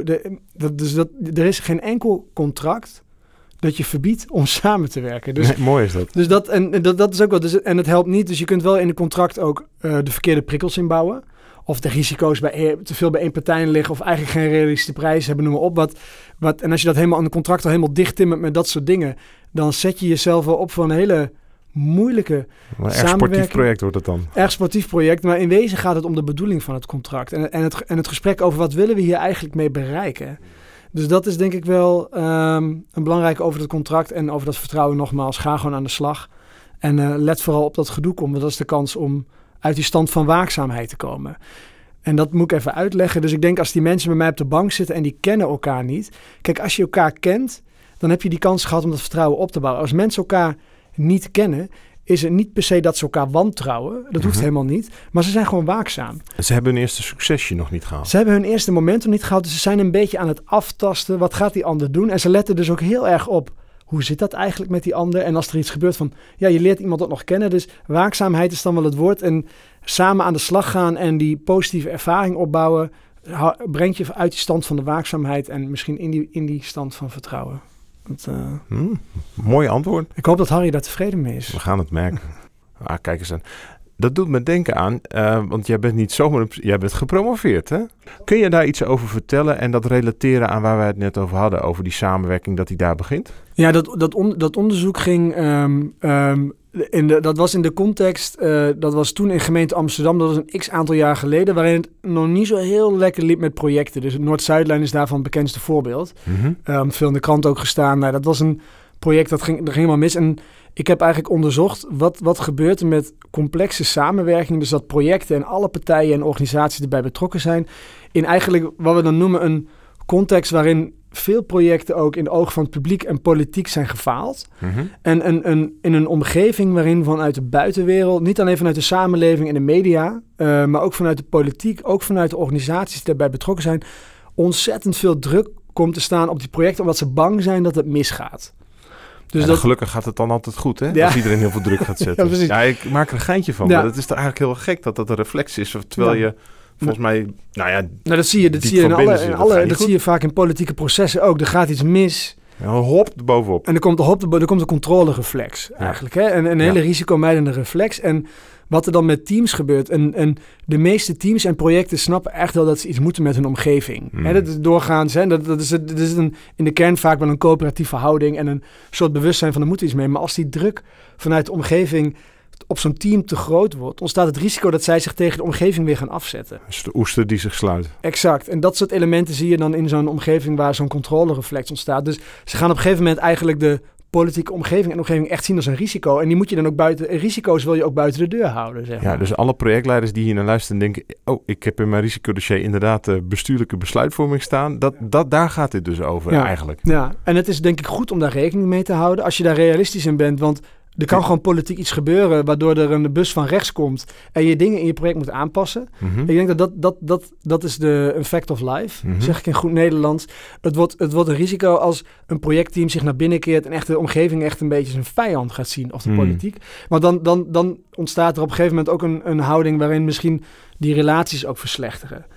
er is geen enkel contract dat je verbiedt om samen te werken. Dus, nee, mooi is dat. Dus dat is ook wel. Dus, en het helpt niet. Dus je kunt wel in een contract ook de verkeerde prikkels inbouwen. Of de risico's te veel bij één partij liggen. Of eigenlijk geen realistische prijs hebben, noem maar op. En als je dat helemaal aan de contract al helemaal dicht timmert met dat soort dingen, dan zet je jezelf wel op voor een hele moeilijke een erg sportief project wordt het dan. Erg sportief project, maar in wezen gaat het om de bedoeling van het contract. En het gesprek over wat willen we hier eigenlijk mee bereiken. Dus dat is denk ik wel een belangrijke over het contract en over dat vertrouwen nogmaals. Ga gewoon aan de slag. En let vooral op dat gedoe komen. Want dat is de kans om uit die stand van waakzaamheid te komen. En dat moet ik even uitleggen. Dus ik denk als die mensen bij mij op de bank zitten en die kennen elkaar niet. Kijk, als je elkaar kent, dan heb je die kans gehad om dat vertrouwen op te bouwen. Als mensen elkaar niet kennen, is het niet per se dat ze elkaar wantrouwen. Dat hoeft helemaal niet. Maar ze zijn gewoon waakzaam. Ze hebben hun eerste succesje nog niet gehaald. Ze hebben hun eerste momentum niet gehaald. Dus ze zijn een beetje aan het aftasten. Wat gaat die ander doen? En ze letten dus ook heel erg op. Hoe zit dat eigenlijk met die ander? En als er iets gebeurt van, ja, je leert iemand ook nog kennen. Dus waakzaamheid is dan wel het woord. En samen aan de slag gaan en die positieve ervaring opbouwen, brengt je uit die stand van de waakzaamheid en misschien in die stand van vertrouwen. Mooi antwoord. Ik hoop dat Harry daar tevreden mee is. We gaan het merken. Kijk eens aan. Dat doet me denken aan, want jij bent niet zomaar, jij bent gepromoveerd, hè? Kun je daar iets over vertellen en dat relateren aan waar wij het net over hadden, over die samenwerking, dat die daar begint? Ja, dat onderzoek ging, dat was in de context, dat was toen in gemeente Amsterdam, dat was een x-aantal jaar geleden, waarin het nog niet zo heel lekker liep met projecten. Dus het Noord-Zuidlijn is daarvan het bekendste voorbeeld. Veel in de krant ook gestaan. Nou, dat was een project, dat ging helemaal mis. En ik heb eigenlijk onderzocht wat gebeurt er met complexe samenwerking. Dus dat projecten en alle partijen en organisaties erbij betrokken zijn. In eigenlijk wat we dan noemen een context waarin veel projecten ook in de ogen van het publiek en politiek zijn gefaald. En in een omgeving waarin vanuit de buitenwereld, niet alleen vanuit de samenleving en de media, maar ook vanuit de politiek, ook vanuit de organisaties die daarbij betrokken zijn, ontzettend veel druk komt te staan op die projecten, omdat ze bang zijn dat het misgaat. Dus gelukkig gaat het dan altijd goed, hè? Ja. Als iedereen heel veel druk gaat zetten. Ja, ik maak er een geintje van. Ja. Maar het is toch eigenlijk heel gek dat een reflex is. Terwijl je volgens mij, dat zie je vaak in politieke processen ook. Er gaat iets mis. Ja, hop er bovenop. En er komt een controlereflex eigenlijk. Hè? En een hele risicomijdende reflex. En wat er dan met teams gebeurt. En de meeste teams en projecten snappen echt wel dat ze iets moeten met hun omgeving. Hè, dat is doorgaans. Hè, dat is in de kern vaak wel een coöperatieve houding en een soort bewustzijn van er moet iets mee. Maar als die druk vanuit de omgeving op zo'n team te groot wordt, ontstaat het risico dat zij zich tegen de omgeving weer gaan afzetten. Dat is de oester die zich sluit. Exact. En dat soort elementen zie je dan in zo'n omgeving waar zo'n controlereflex ontstaat. Dus ze gaan op een gegeven moment eigenlijk de politieke omgeving echt zien als een risico. En die moet je dan ook risico's wil je ook buiten de deur houden, zeg maar. Ja, dus alle projectleiders die hier naar luisteren denken, ik heb in mijn risicodossier inderdaad bestuurlijke besluitvorming staan. Daar gaat dit dus over eigenlijk. Ja, en het is denk ik goed om daar rekening mee te houden als je daar realistisch in bent, want Er kan gewoon politiek iets gebeuren waardoor er een bus van rechts komt en je dingen in je project moet aanpassen. Ik denk dat is een fact of life, zeg ik in goed Nederlands. Het wordt een risico als een projectteam zich naar binnen keert en echt de omgeving echt een beetje zijn vijand gaat zien, of de politiek. Maar dan ontstaat er op een gegeven moment ook een houding waarin misschien die relaties ook verslechteren.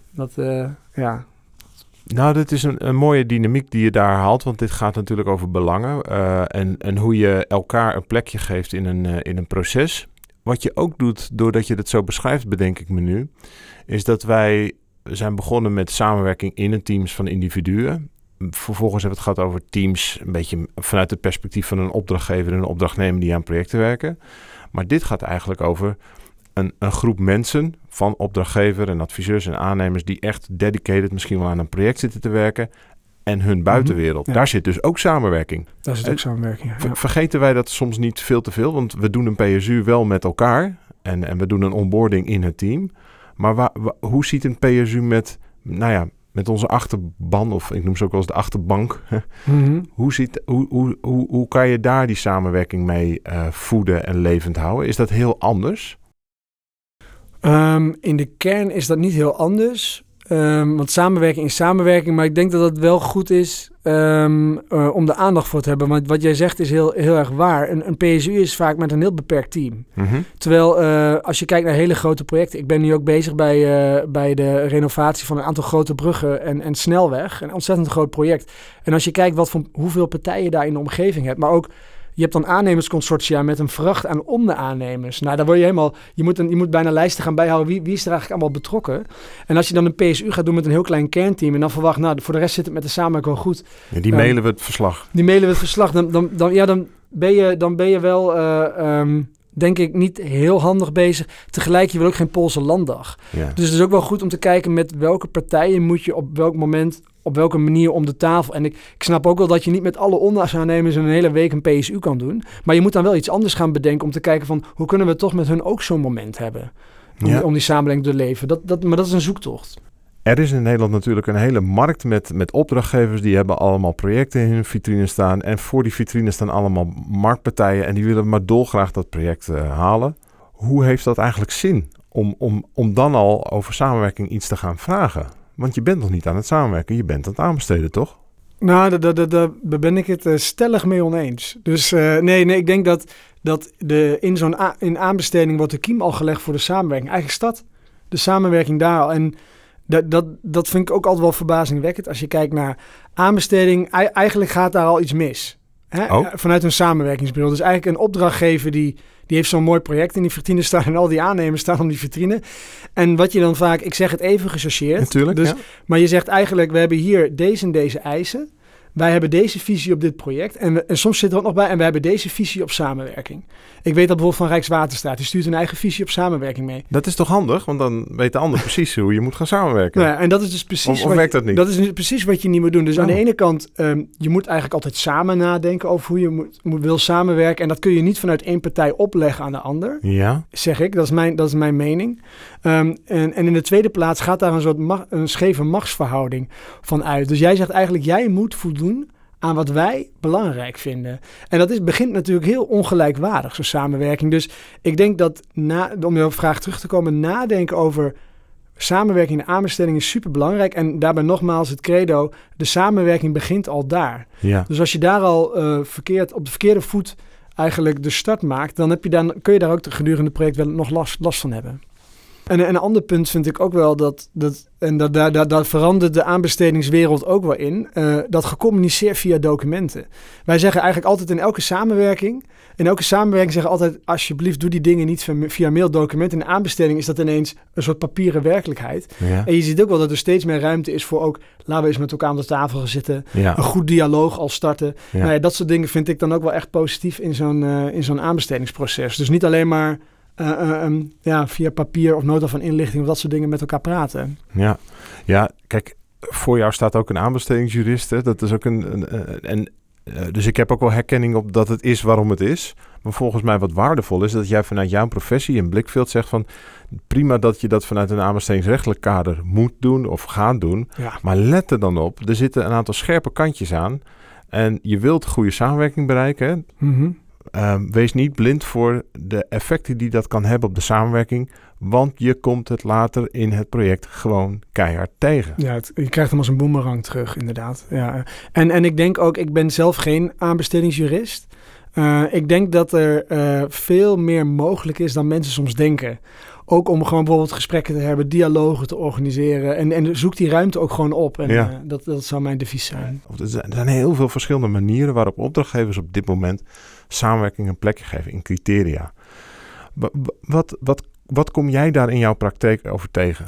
Nou, dit is een mooie dynamiek die je daar haalt, want dit gaat natuurlijk over belangen en hoe je elkaar een plekje geeft in een proces. Wat je ook doet, doordat je het zo beschrijft, bedenk ik me nu, is dat wij zijn begonnen met samenwerking in een teams van individuen. Vervolgens hebben we het gehad over teams, een beetje vanuit het perspectief van een opdrachtgever en een opdrachtnemer die aan projecten werken. Maar dit gaat eigenlijk over een groep mensen van opdrachtgever en adviseurs en aannemers die echt dedicated misschien wel aan een project zitten te werken en hun buitenwereld. Ja. Daar zit dus ook samenwerking. Daar zit ook samenwerking, ja. Vergeten wij dat soms niet veel te veel, want we doen een PSU wel met elkaar en we doen een onboarding in het team. Maar hoe ziet een PSU met onze achterban, of ik noem ze ook wel eens de achterbank. Hoe kan je daar die samenwerking mee voeden en levend houden? Is dat heel anders? In de kern is dat niet heel anders. Want samenwerking is samenwerking. Maar ik denk dat het wel goed is om de aandacht voor te hebben. Want wat jij zegt is heel erg waar. Een PSU is vaak met een heel beperkt team. Terwijl als je kijkt naar hele grote projecten. Ik ben nu ook bezig bij de renovatie van een aantal grote bruggen en snelweg. Een ontzettend groot project. En als je kijkt hoeveel partijen daar in de omgeving hebt. Maar ook je hebt dan aannemersconsortia met een vracht aan onderaannemers. Nou, daar word je helemaal. Je moet bijna lijsten gaan bijhouden. Wie is er eigenlijk allemaal betrokken? En als je dan een PSU gaat doen met een heel klein kernteam en dan verwacht, voor de rest zit het met de samenwerking wel goed. Ja, die mailen we het verslag. Dan ben je wel, denk ik, niet heel handig bezig. Tegelijk, je wil ook geen Poolse landdag. Ja. Dus het is ook wel goed om te kijken met welke partijen moet je op welk moment, op welke manier om de tafel. En ik snap ook wel dat je niet met alle onderaannemers een hele week een PSU kan doen. Maar je moet dan wel iets anders gaan bedenken om te kijken van hoe kunnen we toch met hun ook zo'n moment hebben. Om die samenleving te leven. Maar dat is een zoektocht. Er is in Nederland natuurlijk een hele markt met opdrachtgevers. Die hebben allemaal projecten in hun vitrine staan. En voor die vitrine staan allemaal marktpartijen. En die willen maar dolgraag dat project halen. Hoe heeft dat eigenlijk zin om dan al over samenwerking iets te gaan vragen? Want je bent nog niet aan het samenwerken. Je bent aan het aanbesteden, toch? Nou, daar ben ik het stellig mee oneens. Dus nee, ik denk dat in aanbesteding wordt de kiem al gelegd voor de samenwerking. Eigenlijk start de samenwerking daar al. En dat vind ik ook altijd wel verbazingwekkend. Als je kijkt naar aanbesteding, eigenlijk gaat daar al iets mis. Hè? Oh. Vanuit een samenwerkingsbril. Dus eigenlijk een opdrachtgever die heeft zo'n mooi project in die vitrine staan en al die aannemers staan op die vitrine. En wat je dan vaak, ik zeg het even gechargeerd. Natuurlijk, dus, ja. Maar je zegt eigenlijk, we hebben hier deze en deze eisen. Wij hebben deze visie op dit project. En soms zit er ook nog bij, en we hebben deze visie op samenwerking. Ik weet dat bijvoorbeeld van Rijkswaterstaat. Die stuurt hun eigen visie op samenwerking mee. Dat is toch handig? Want dan weet de ander precies hoe je moet gaan samenwerken. Nou ja, en dat is dus precies of werkt dat niet? Dat is precies wat je niet moet doen. Dus aan de ene kant, je moet eigenlijk altijd samen nadenken over hoe je wil samenwerken. En dat kun je niet vanuit één partij opleggen aan de ander. Ja. Zeg ik, dat is mijn mening. En in de tweede plaats gaat daar een soort een scheve machtsverhouding van uit. Dus jij zegt eigenlijk, jij moet voldoen aan wat wij belangrijk vinden. En dat begint natuurlijk heel ongelijkwaardig, zo'n samenwerking. Dus ik denk dat, om je vraag terug te komen, nadenken over samenwerking en aanbesteding is superbelangrijk. En daarbij nogmaals het credo, de samenwerking begint al daar. Ja. Dus als je daar al op de verkeerde voet eigenlijk de start maakt, dan kun je daar ook gedurende het project wel nog last van hebben. En een ander punt vind ik ook wel daar verandert de aanbestedingswereld ook wel in, dat gecommuniceerd via documenten. Wij zeggen eigenlijk altijd in elke samenwerking zeggen we altijd, alsjeblieft doe die dingen niet via maildocument. In de aanbesteding is dat ineens een soort papieren werkelijkheid. Ja. En je ziet ook wel dat er steeds meer ruimte is voor ook, laten we eens met elkaar aan de tafel gaan zitten, een goed dialoog al starten. Ja. Nou ja, dat soort dingen vind ik dan ook wel echt positief in zo'n aanbestedingsproces. Dus niet alleen maar via papier of nota van inlichting of dat soort dingen met elkaar praten. Ja, kijk, voor jou staat ook een aanbestedingsjurist. Hè? Dat is ook dus ik heb ook wel herkenning op dat het is waarom het is. Maar volgens mij wat waardevol is dat jij vanuit jouw professie in Blikveld zegt van prima dat je dat vanuit een aanbestedingsrechtelijk kader moet doen of gaat doen. Ja. Maar let er dan op, er zitten een aantal scherpe kantjes aan. En je wilt goede samenwerking bereiken. Mm-hmm. wees niet blind voor de effecten die dat kan hebben op de samenwerking. Want je komt het later in het project gewoon keihard tegen. Ja, je krijgt hem als een boemerang terug, inderdaad. Ja. En ik denk ook, ik ben zelf geen aanbestedingsjurist. Ik denk dat er veel meer mogelijk is dan mensen soms denken. Ook om gewoon bijvoorbeeld gesprekken te hebben, dialogen te organiseren. En zoek die ruimte ook gewoon op. En dat zou mijn devies zijn. Er zijn heel veel verschillende manieren waarop opdrachtgevers op dit moment samenwerking een plekje geven in criteria. Wat kom jij daar in jouw praktijk over tegen?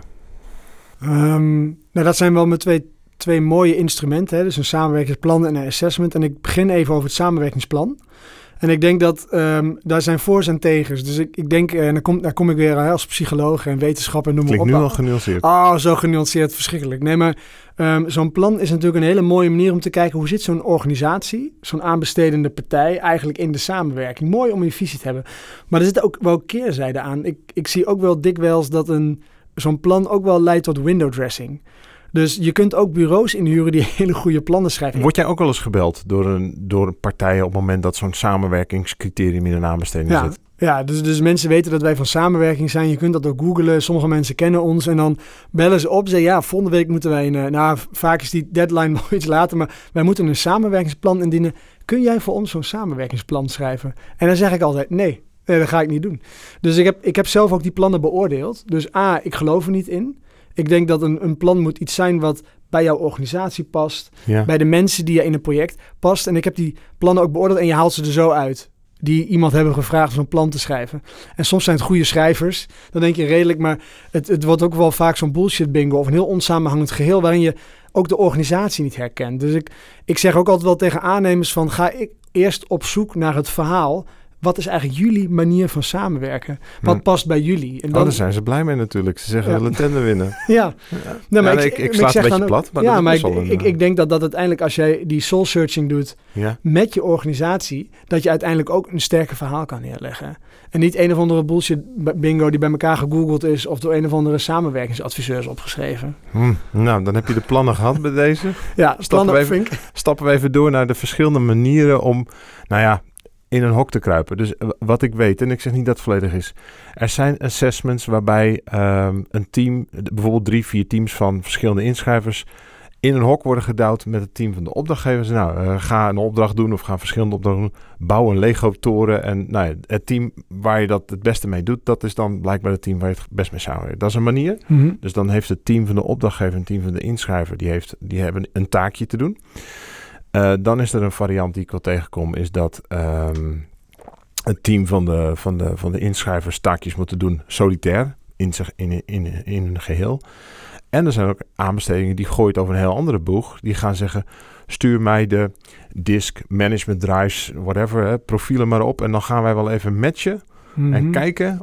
Dat zijn wel mijn twee mooie instrumenten. Hè? Dus een samenwerkingsplan en een assessment. En ik begin even over het samenwerkingsplan. En ik denk dat daar zijn voor's en tegens. Dus ik denk, en daar kom ik weer als psycholoog en wetenschapper, noem maar op. Klinkt nu al genuanceerd. Zo genuanceerd, verschrikkelijk. Nee, maar zo'n plan is natuurlijk een hele mooie manier om te kijken hoe zit zo'n organisatie, zo'n aanbestedende partij eigenlijk in de samenwerking. Mooi om je visie te hebben. Maar er zit ook wel keerzijde aan. Ik zie ook wel dikwijls dat zo'n plan ook wel leidt tot window dressing. Dus je kunt ook bureaus inhuren die hele goede plannen schrijven. Word jij ook wel eens gebeld door partijen op het moment dat zo'n samenwerkingscriterium in een aanbesteding zit? Ja, dus mensen weten dat wij van samenwerking zijn. Je kunt dat ook googlen. Sommige mensen kennen ons en dan bellen ze op en zeggen, ja, volgende week moeten wij vaak is die deadline nog iets later, maar wij moeten een samenwerkingsplan indienen. Kun jij voor ons zo'n samenwerkingsplan schrijven? En dan zeg ik altijd, nee, dat ga ik niet doen. Dus ik heb zelf ook die plannen beoordeeld. Dus ik geloof er niet in. Ik denk dat een plan moet iets zijn wat bij jouw organisatie past. Ja. Bij de mensen die je in een project past. En ik heb die plannen ook beoordeeld en je haalt ze er zo uit. Die iemand hebben gevraagd om zo'n plan te schrijven. En soms zijn het goede schrijvers. Dan denk je redelijk, maar het wordt ook wel vaak zo'n bullshit bingo. Of een heel onsamenhangend geheel waarin je ook de organisatie niet herkent. Dus ik zeg ook altijd wel tegen aannemers van, ga ik eerst op zoek naar het verhaal. Wat is eigenlijk jullie manier van samenwerken? Wat past bij jullie? En daar zijn ze blij mee natuurlijk. Ze zeggen, we willen tender winnen. Ja. Nee, maar ik sla het een beetje plat. Maar ik denk dat uiteindelijk als jij die soul searching doet met je organisatie, dat je uiteindelijk ook een sterker verhaal kan neerleggen. En niet een of andere bullshit bingo die bij elkaar gegoogeld is of door een of andere samenwerkingsadviseurs opgeschreven. Nou, dan heb je de plannen gehad bij deze. Ja, stappen we even door naar de verschillende manieren om, in een hok te kruipen. Dus wat ik weet, en ik zeg niet dat het volledig is. Er zijn assessments waarbij een team, bijvoorbeeld 3-4 teams van verschillende inschrijvers, in een hok worden gedouwd met het team van de opdrachtgevers. Ga een opdracht doen of ga verschillende opdrachten doen. Bouw een Lego-toren. En het team waar je dat het beste mee doet, dat is dan blijkbaar het team waar je het best mee samenwerkt. Dat is een manier. Mm-hmm. Dus dan heeft het team van de opdrachtgever en het team van de inschrijver, die hebben een taakje te doen. Dan is er een variant die ik wel tegenkom, is dat het team van de inschrijvers taakjes moeten doen solitair in een geheel. En er zijn ook aanbestedingen die gooien het over een heel andere boeg. Die gaan zeggen, stuur mij de disk, management drives, whatever, profielen maar op. En dan gaan wij wel even matchen. Mm-hmm. En kijken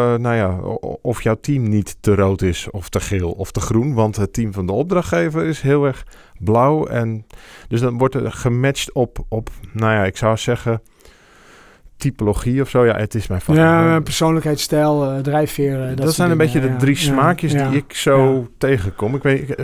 of jouw team niet te rood is of te geel of te groen. Want het team van de opdrachtgever is heel erg blauw. En dus dan wordt er gematcht op ik zou zeggen, typologie of zo. Ja, het is mijn vak. Ja, persoonlijkheidsstijl, drijfveer. Dat zijn een beetje de 3 smaakjes die ik zo tegenkom. Ik weet,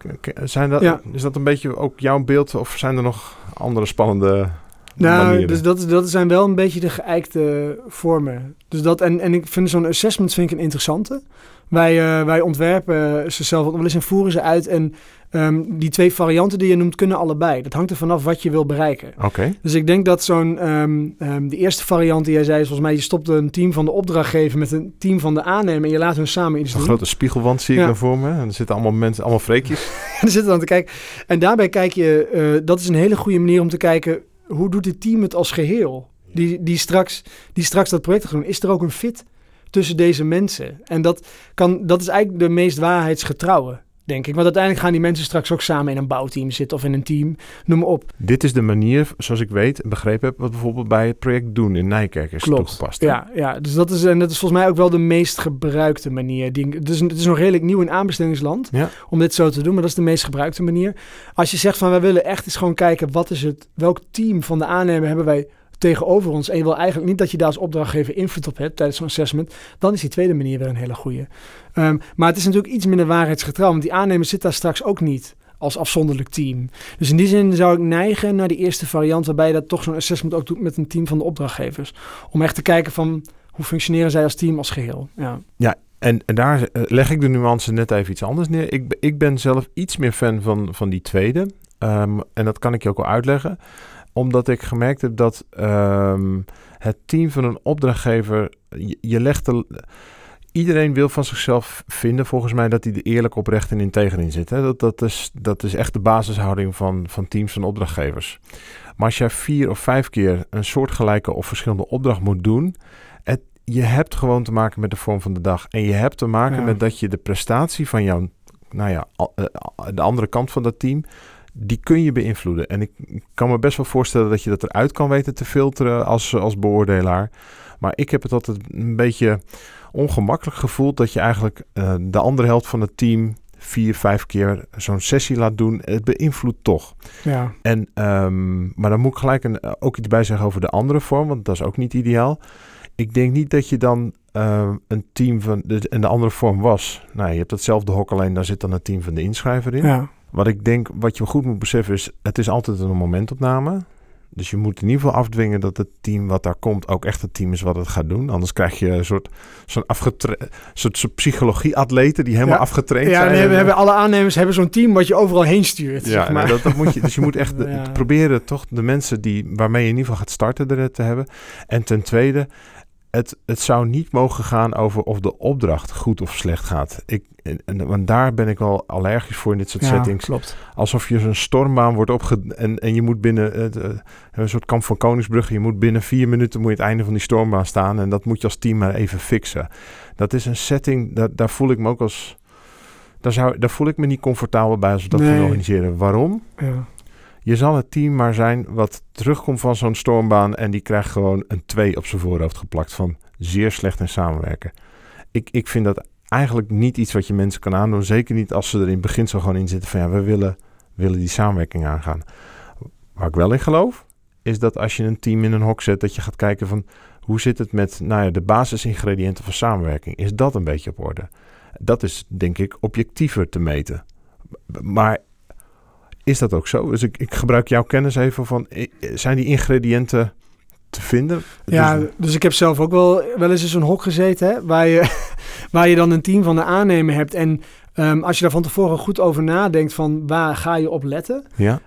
is dat een beetje ook jouw beeld of zijn er nog andere spannende manieren? Dus dat zijn wel een beetje de geëikte vormen. Dus dat en ik vind zo'n assessment een interessante. Wij ontwerpen ze zelf wel eens en voeren ze uit. En die 2 varianten die je noemt kunnen allebei. Dat hangt er vanaf wat je wil bereiken. Okay. Dus ik denk dat de eerste variant die jij zei is volgens mij, je stopt een team van de opdrachtgever met een team van de aannemer en je laat hun samen iets doen. Een grote spiegelwand zie ik dan voor me. En er zitten allemaal mensen, allemaal freekjes. Er zitten dan te kijken. En daarbij kijk je, dat is een hele goede manier om te kijken, hoe doet dit team het als geheel? Die straks dat project gaan doen. Is er ook een fit tussen deze mensen? En dat is eigenlijk de meest waarheidsgetrouwe, denk ik. Want uiteindelijk gaan die mensen straks ook samen in een bouwteam zitten of in een team. Noem maar op. Dit is de manier, zoals ik weet en begrepen heb, wat bijvoorbeeld bij het project Doen in Nijkerk is toegepast. Ja, dus dat is volgens mij ook wel de meest gebruikte manier. Het is nog redelijk nieuw in aanbestedingsland om dit zo te doen, maar dat is de meest gebruikte manier. Als je zegt van wij willen echt eens gewoon kijken, welk team van de aannemer hebben wij tegenover ons en je wil eigenlijk niet dat je daar als opdrachtgever invloed op hebt tijdens zo'n assessment, dan is die tweede manier weer een hele goeie. Maar het is natuurlijk iets minder waarheidsgetrouw, want die aannemer zit daar straks ook niet als afzonderlijk team. Dus in die zin zou ik neigen naar die eerste variant, waarbij je dat toch zo'n assessment ook doet met een team van de opdrachtgevers. Om echt te kijken van hoe functioneren zij als team, als geheel. Ja, en daar leg ik de nuance net even iets anders neer. Ik ben zelf iets meer fan van die tweede. En dat kan ik je ook wel uitleggen. Omdat ik gemerkt heb dat het team van een opdrachtgever, je legt iedereen wil van zichzelf vinden, volgens mij, dat hij er eerlijk, oprecht en integer in zit. Hè? Dat is echt de basishouding van teams van opdrachtgevers. Maar als jij 4 of 5 keer een soortgelijke of verschillende opdracht moet doen, je hebt gewoon te maken met de vorm van de dag. En je hebt te maken met dat je de prestatie van jouw, de andere kant van dat team, die kun je beïnvloeden. En ik kan me best wel voorstellen dat je dat eruit kan weten te filteren als beoordelaar. Maar ik heb het altijd een beetje ongemakkelijk gevoeld dat je eigenlijk de andere helft van het team 4, 5 keer zo'n sessie laat doen. Het beïnvloedt toch. Ja. En, maar dan moet ik gelijk ook iets bij zeggen over de andere vorm, want dat is ook niet ideaal. Ik denk niet dat je dan een team van en de andere vorm was. Nou, je hebt hetzelfde hok, alleen daar zit dan het team van de inschrijver in. Ja. Wat ik denk, wat je goed moet beseffen is, het is altijd een momentopname. Dus je moet in ieder geval afdwingen dat het team wat daar komt ook echt het team is wat het gaat doen. Anders krijg je een soort psychologie-atleten die helemaal afgetraind zijn. Ja, we hebben alle aannemers hebben zo'n team wat je overal heen stuurt. Ja, zeg maar. dat moet je. Dus je moet echt proberen toch de mensen waarmee je in ieder geval gaat starten er te hebben. En ten tweede, het zou niet mogen gaan over of de opdracht goed of slecht gaat. Want daar ben ik wel allergisch voor in dit soort settings. Klopt. Alsof je zo'n stormbaan wordt en je moet binnen een soort kamp van Koningsbrugge. Je moet binnen 4 minuten het einde van die stormbaan staan. En dat moet je als team maar even fixen. Dat is een setting, daar voel ik me ook als. Daar voel ik me niet comfortabel bij als we dat gaan organiseren. Waarom? Ja. Je zal het team maar zijn wat terugkomt van zo'n stormbaan en die krijgt gewoon een 2 op zijn voorhoofd geplakt van zeer slecht in samenwerken. Ik vind dat eigenlijk niet iets wat je mensen kan aandoen. Zeker niet als ze er in het begin zo gewoon in zitten van we willen die samenwerking aangaan. Waar ik wel in geloof, is dat als je een team in een hok zet, dat je gaat kijken van hoe zit het met de basisingrediënten van samenwerking. Is dat een beetje op orde? Dat is denk ik objectiever te meten. Maar is dat ook zo? Dus ik gebruik jouw kennis even van, zijn die ingrediënten te vinden? Ja, dus ik heb zelf ook wel eens in zo'n hok gezeten, hè, waar je dan een team van de aannemer hebt. En als je daar van tevoren goed over nadenkt van waar ga je op letten. Ja.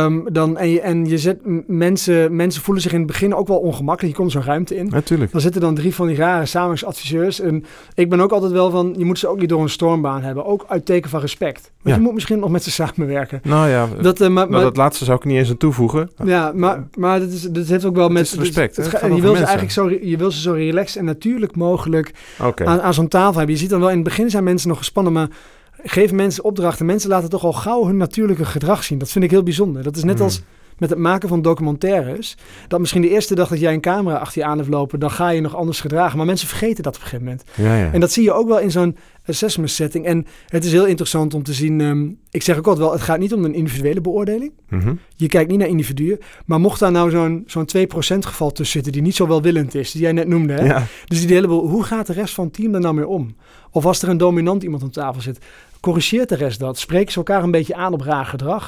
En je zet mensen voelen zich in het begin ook wel ongemakkelijk. Je komt zo'n ruimte in. Natuurlijk. Dan zitten dan 3 van die rare samenwerkingsadviseurs. En ik ben ook altijd wel van, je moet ze ook niet door een stormbaan hebben. Ook uit teken van respect. Want je moet misschien nog met ze samenwerken. Nou ja, maar dat laatste zou ik niet eens aan toevoegen. Ja, maar dat heeft ook wel met respect. Je wil ze zo relaxed en natuurlijk mogelijk aan zo'n tafel hebben. Je ziet dan wel in het begin zijn mensen nog gespannen, maar geef mensen opdrachten. Mensen laten toch al gauw hun natuurlijke gedrag zien. Dat vind ik heel bijzonder. Dat is net als met het maken van documentaires. Dat misschien de eerste dag dat jij een camera achter je aan hebt lopen, dan ga je nog anders gedragen. Maar mensen vergeten dat op een gegeven moment. Ja. En dat zie je ook wel in zo'n assessment setting. En het is heel interessant om te zien. Ik zeg ook altijd wel, het gaat niet om een individuele beoordeling. Mm-hmm. Je kijkt niet naar individuen. Maar mocht daar nou zo'n 2% geval tussen zitten die niet zo welwillend is, die jij net noemde. Hè? Ja. Dus die hele hoe gaat de rest van het team daar nou mee om? Of als er een dominant iemand aan tafel zit, corrigeert de rest dat? Spreken ze elkaar een beetje aan op raar gedrag?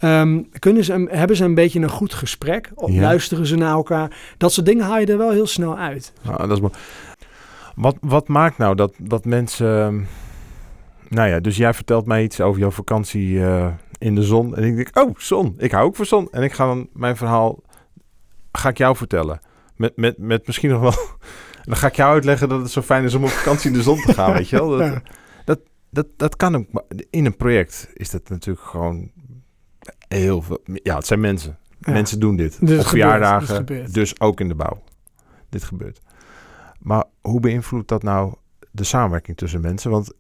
Hebben ze een beetje een goed gesprek? Luisteren ze naar elkaar? Dat soort dingen haal je er wel heel snel uit. Dat is mooi. Wat maakt nou dat mensen... dus jij vertelt mij iets over jouw vakantie in de zon. En ik denk, zon. Ik hou ook van zon. En ik ga dan mijn verhaal... Ga ik jou vertellen. Met misschien nog wel... Dan ga ik jou uitleggen dat het zo fijn is om op vakantie in de zon te gaan, weet je wel. Dat kan ook. In een project is dat natuurlijk gewoon heel veel... Ja, het zijn mensen. Ja. Mensen doen dit. Op verjaardagen, dus ook in de bouw. Dit gebeurt. Maar hoe beïnvloedt dat nou de samenwerking tussen mensen? Want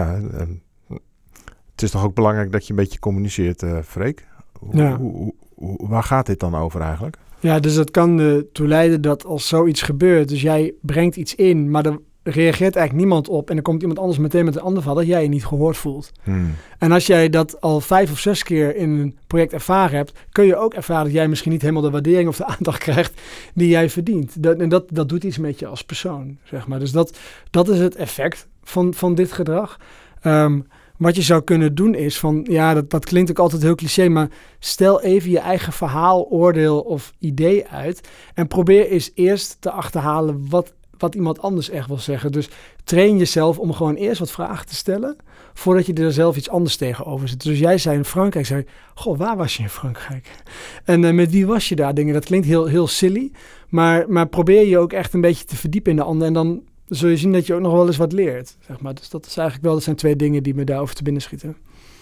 het is toch ook belangrijk dat je een beetje communiceert, Freek? Waar gaat dit dan over eigenlijk? Ja, dus dat kan ertoe leiden dat als zoiets gebeurt, dus jij brengt iets in, maar er reageert eigenlijk niemand op en er komt iemand anders meteen met een ander verhaal, dat jij je niet gehoord voelt. En als jij dat al 5 of 6 keer in een project ervaren hebt, kun je ook ervaren dat jij misschien niet helemaal de waardering of de aandacht krijgt die jij verdient. Dat doet iets met je als persoon, zeg maar. Dus dat is het effect van dit gedrag. wat je zou kunnen doen is van... Ja, dat klinkt ook altijd heel cliché, maar stel even je eigen verhaal, oordeel of idee uit. En probeer eens eerst te achterhalen wat iemand anders echt wil zeggen. Dus train jezelf om gewoon eerst wat vragen te stellen... voordat je er zelf iets anders tegenover zet. Dus jij zei in Frankrijk, zei... Goh, waar was je in Frankrijk? En met wie was je daar? Dingen, dat klinkt heel, heel silly. Maar probeer je ook echt een beetje te verdiepen in de ander... en dan zul je zien dat je ook nog wel eens wat leert. Zeg maar. Dus dat is eigenlijk wel... Dat zijn 2 dingen die me daarover te binnen schieten.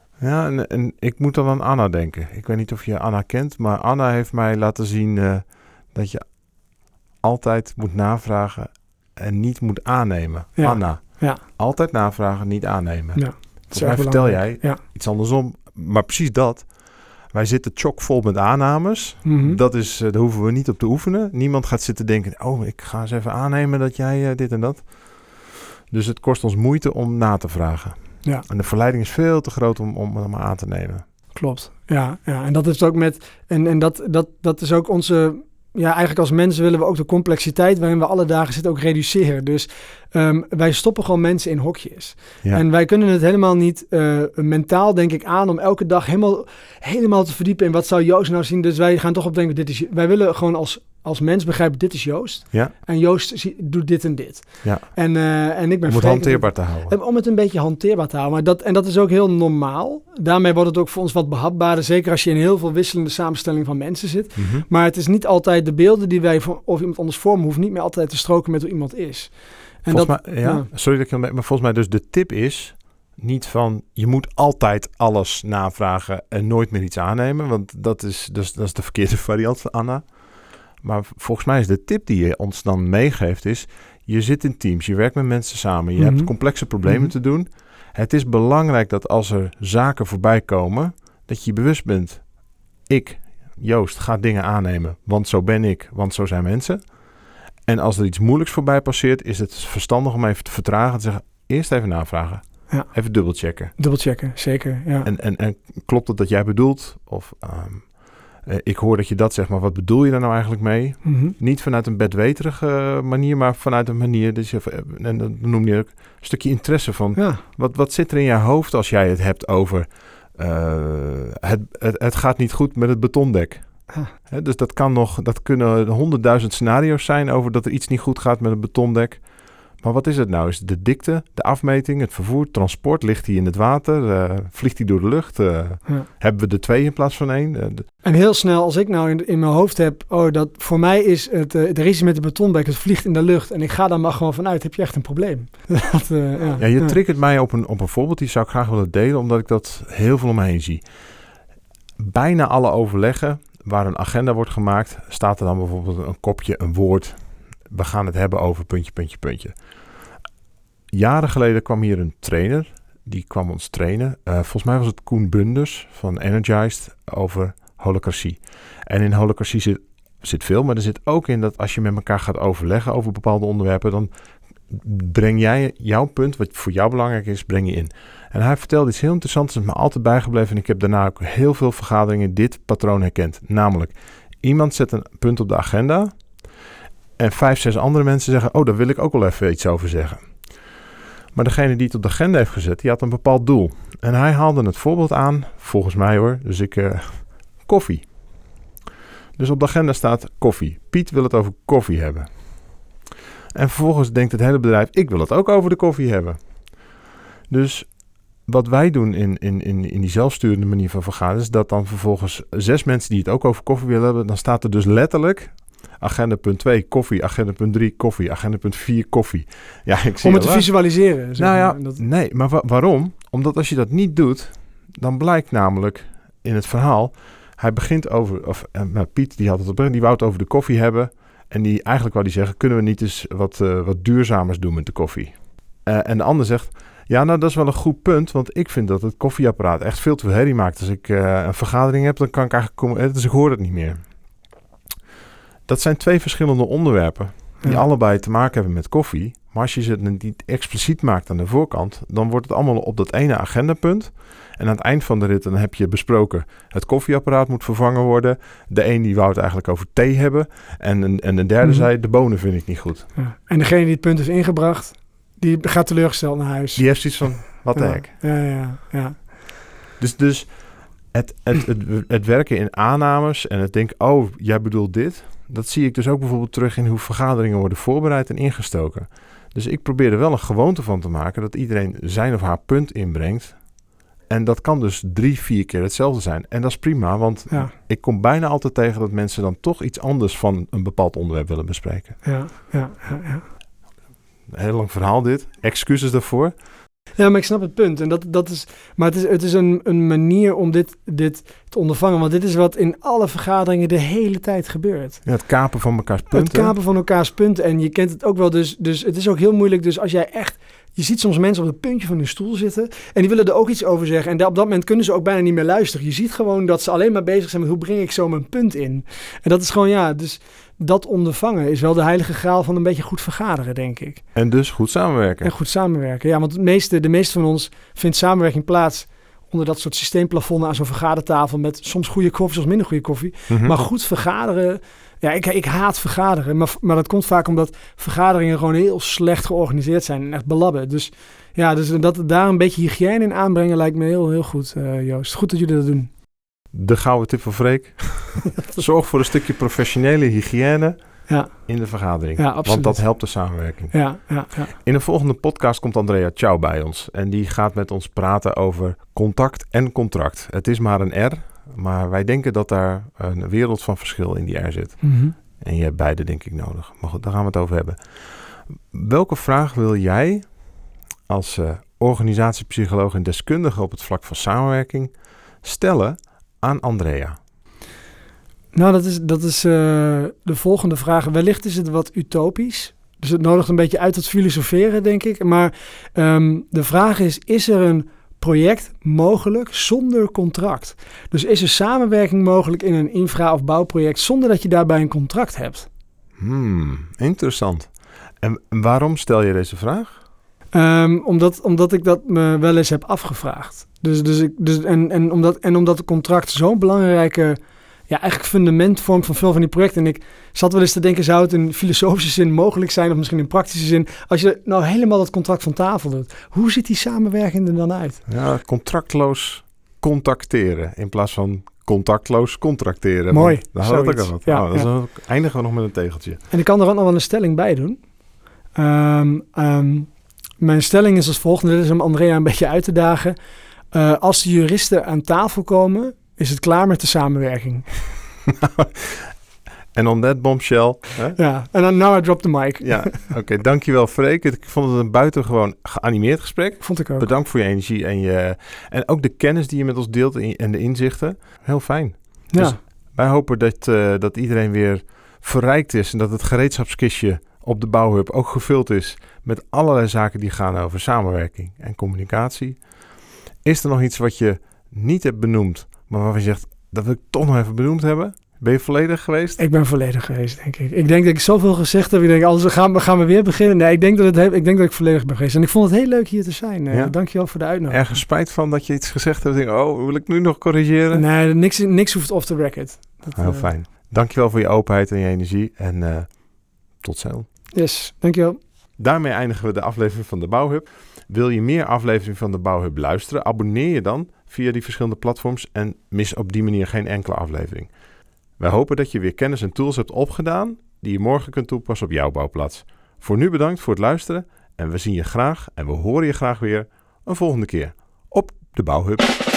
Ja, en ik moet dan aan Anna denken. Ik weet niet of je Anna kent... maar Anna heeft mij laten zien... dat je altijd moet navragen... en niet moet aannemen. Ja. Anna. Ja. Altijd navragen, niet aannemen. Ja. Volgens mij vertel jij iets andersom. Maar precies dat. Wij zitten chockvol met aannames. Mm-hmm. Daar hoeven we niet op te oefenen. Niemand gaat zitten denken... oh, ik ga eens even aannemen dat jij dit en dat. Dus het kost ons moeite om na te vragen. Ja. En de verleiding is veel te groot om hem aan te nemen. Klopt. Ja. En dat is ook met... En dat is ook onze... Ja, eigenlijk als mensen willen we ook de complexiteit waarin we alle dagen zitten ook reduceren. Dus wij stoppen gewoon mensen in hokjes. Ja. En wij kunnen het helemaal niet mentaal, denk ik, aan om elke dag helemaal te verdiepen in wat zou Joost nou zien. Dus wij gaan toch op denken, wij willen gewoon als mens begrijpen, dit is Joost. Ja. En Joost doet dit en dit. Ja. En ik ben om het hanteerbaar te houden. Om het een beetje hanteerbaar te houden. Maar dat is ook heel normaal. Daarmee wordt het ook voor ons wat behapbaarder. Zeker als je in heel veel wisselende samenstelling van mensen zit. Mm-hmm. Maar het is niet altijd de beelden die wij of iemand anders vormen, hoeft niet meer altijd te stroken met hoe iemand is. En sorry dat ik maar volgens mij dus de tip is niet van je moet altijd alles navragen en nooit meer iets aannemen. Want dat is de verkeerde variant van Anna. Maar volgens mij is de tip die je ons dan meegeeft is... je zit in teams, je werkt met mensen samen... je hebt complexe problemen te doen. Het is belangrijk dat als er zaken voorbij komen... dat je je bewust bent... ik, Joost, ga dingen aannemen... want zo ben ik, want zo zijn mensen. En als er iets moeilijks voorbij passeert... is het verstandig om even te vertragen... en te zeggen, eerst even navragen. Ja. Even dubbelchecken. Dubbelchecken, zeker, ja. En klopt het dat jij bedoelt? Of... ik hoor dat je dat zegt, maar wat bedoel je daar nou eigenlijk mee? Mm-hmm. Niet vanuit een bedweterige manier, maar vanuit een manier... Dus en dan noem je ook een stukje interesse van... Ja. Wat zit er in je hoofd als jij het hebt over... het gaat niet goed met het betondek. He, dus dat kunnen 100.000 scenario's zijn... over dat er iets niet goed gaat met het betondek... Maar wat is het nou? Is het de dikte, de afmeting, het vervoer, transport? Ligt hij in het water? Vliegt hij door de lucht? Hebben we er 2 in plaats van 1? En heel snel, als ik nou in mijn hoofd heb... dat voor mij is er is met de betonbek, het vliegt in de lucht... en ik ga daar maar gewoon vanuit, heb je echt een probleem. Je triggert mij op een voorbeeld, die zou ik graag willen delen... omdat ik dat heel veel om me heen zie. Bijna alle overleggen waar een agenda wordt gemaakt... staat er dan bijvoorbeeld een kopje, een woord... We gaan het hebben over puntje. Jaren geleden kwam hier een trainer. Die kwam ons trainen. Volgens mij was het Koen Bunders van Energized over holacracy. En in holacracy zit veel. Maar er zit ook in dat als je met elkaar gaat overleggen over bepaalde onderwerpen... dan breng jij jouw punt, wat voor jou belangrijk is, breng je in. En hij vertelde iets heel interessants. Dat is me altijd bijgebleven. En ik heb daarna ook heel veel vergaderingen dit patroon herkend. Namelijk, iemand zet een punt op de agenda... En 5, 6 andere mensen zeggen... oh, daar wil ik ook wel even iets over zeggen. Maar degene die het op de agenda heeft gezet... die had een bepaald doel. En hij haalde het voorbeeld aan... volgens mij hoor, dus koffie. Dus op de agenda staat koffie. Piet wil het over koffie hebben. En vervolgens denkt het hele bedrijf... ik wil het ook over de koffie hebben. Dus wat wij doen in die zelfsturende manier van vergaderen... is dat dan vervolgens 6 mensen die het ook over koffie willen hebben... dan staat er dus letterlijk... Agenda punt 2, koffie. Agenda punt 3, koffie. Agenda punt 4, koffie. Ja, ik zie om het te visualiseren. Nee, maar waarom? Omdat als je dat niet doet, dan blijkt namelijk in het verhaal... Hij begint over... Piet, die had het op, die wou het over de koffie hebben. En eigenlijk wou die zeggen... kunnen we niet eens wat duurzamers doen met de koffie? En de ander zegt... Ja, nou, dat is wel een goed punt. Want ik vind dat het koffieapparaat echt veel te veel herrie maakt. Als ik een vergadering heb, dan kan ik eigenlijk... Dus ik hoor het niet meer. Dat zijn 2 verschillende onderwerpen die allebei te maken hebben met koffie. Maar als je ze niet expliciet maakt aan de voorkant, dan wordt het allemaal op dat ene agendapunt. En aan het eind van de rit dan heb je besproken, het koffieapparaat moet vervangen worden. De een die wou het eigenlijk over thee hebben. En de derde zei, de bonen vind ik niet goed. Ja. En degene die het punt heeft ingebracht, Die gaat teleurgesteld naar huis. Die heeft zoiets van, wat de hek. Ja. Dus het werken in aannames en het denken, oh, jij bedoelt dit. Dat zie ik dus ook bijvoorbeeld terug in hoe vergaderingen worden voorbereid en ingestoken. Dus ik probeer er wel een gewoonte van te maken dat iedereen zijn of haar punt inbrengt. En dat kan dus 3-4 keer hetzelfde zijn. En dat is prima, want ik kom bijna altijd tegen dat mensen dan toch iets anders van een bepaald onderwerp willen bespreken. Ja. Een heel lang verhaal dit. Excuses daarvoor. Ja, maar ik snap het punt. En dat is, maar het is een manier om dit te ondervangen. Want dit is wat in alle vergaderingen de hele tijd gebeurt. Ja, het kapen van elkaars punten. Het kapen van elkaars punten. En je kent het ook wel. Dus het is ook heel moeilijk. Dus als jij echt... Je ziet soms mensen op het puntje van hun stoel zitten. En die willen er ook iets over zeggen. En op dat moment kunnen ze ook bijna niet meer luisteren. Je ziet gewoon dat ze alleen maar bezig zijn met hoe breng ik zo mijn punt in. En dat is gewoon, dus dat ondervangen is wel de heilige graal van een beetje goed vergaderen, denk ik. En dus goed samenwerken. En goed samenwerken, ja. Want de meeste van ons vindt samenwerking plaats onder dat soort systeemplafonnen aan zo'n vergadertafel met soms goede koffie, soms minder goede koffie. Mm-hmm. Maar goed vergaderen... Ja, ik haat vergaderen, maar dat komt vaak omdat vergaderingen gewoon heel slecht georganiseerd zijn en echt belabben. Dus dat daar een beetje hygiëne in aanbrengen lijkt me heel, heel goed, Joost. Goed dat jullie dat doen. De gouden tip van Freek. Zorg voor een stukje professionele hygiëne in de vergadering. Ja, want dat helpt de samenwerking. Ja. In de volgende podcast komt Andrea Ciao bij ons. En die gaat met ons praten over contact en contract. Het is maar een R. Maar wij denken dat daar een wereld van verschil in die R zit. Mm-hmm. En je hebt beide denk ik nodig. Maar goed, daar gaan we het over hebben. Welke vraag wil jij als organisatiepsycholoog en deskundige op het vlak van samenwerking stellen aan Andrea? Nou, dat is de volgende vraag. Wellicht is het wat utopisch. Dus het nodigt een beetje uit tot filosoferen, denk ik. Maar de vraag is er een project mogelijk zonder contract? Dus is er samenwerking mogelijk in een infra- of bouwproject zonder dat je daarbij een contract hebt? Interessant. En waarom stel je deze vraag? Omdat ik dat me wel eens heb afgevraagd. Omdat het contract zo'n belangrijke eigenlijk fundament vormt van veel van die projecten. En ik zat wel eens te denken, zou het in filosofische zin mogelijk zijn of misschien in praktische zin, als je nou helemaal dat contract van tafel doet. Hoe ziet die samenwerking er dan uit? Ja, contractloos contacteren in plaats van contactloos contracteren. Mooi. Daar hadden we het ook al wat. Dan eindigen we nog met een tegeltje. En ik kan er ook nog wel een stelling bij doen. Mijn stelling is als volgende. Dit is om Andrea een beetje uit te dagen. Als de juristen aan tafel komen, is het klaar met de samenwerking. En on that bombshell. Hè? Ja, en dan now I drop the mic. Ja, oké. Dankjewel Freek. Ik vond het een buitengewoon geanimeerd gesprek. Vond ik ook. Bedankt voor je energie en ook de kennis die je met ons deelt en de inzichten. Heel fijn. Ja. Dus wij hopen dat iedereen weer verrijkt is en dat het gereedschapskistje op de Bouwhub ook gevuld is met allerlei zaken die gaan over samenwerking en communicatie. Is er nog iets wat je niet hebt benoemd, maar waarvan je zegt, dat wil ik toch nog even benoemd hebben? Ben je volledig geweest? Ik ben volledig geweest, denk ik. Ik denk dat ik zoveel gezegd heb. Ik denk, anders gaan we weer beginnen. Nee, ik denk dat ik volledig ben geweest. En ik vond het heel leuk hier te zijn. Ja? Dankjewel voor de uitnodiging. Ergens spijt van dat je iets gezegd hebt. Denk, wil ik nu nog corrigeren? Nee, niks hoeft off the record. Heel fijn. Dankjewel voor je openheid en je energie. En tot snel. Yes, dankjewel. Daarmee eindigen we de aflevering van de Bouwhub. Wil je meer afleveringen van de Bouwhub luisteren? Abonneer je dan via die verschillende platforms en mis op die manier geen enkele aflevering. Wij hopen dat je weer kennis en tools hebt opgedaan die je morgen kunt toepassen op jouw bouwplaats. Voor nu bedankt voor het luisteren en we zien je graag en we horen je graag weer een volgende keer op de Bouwhub.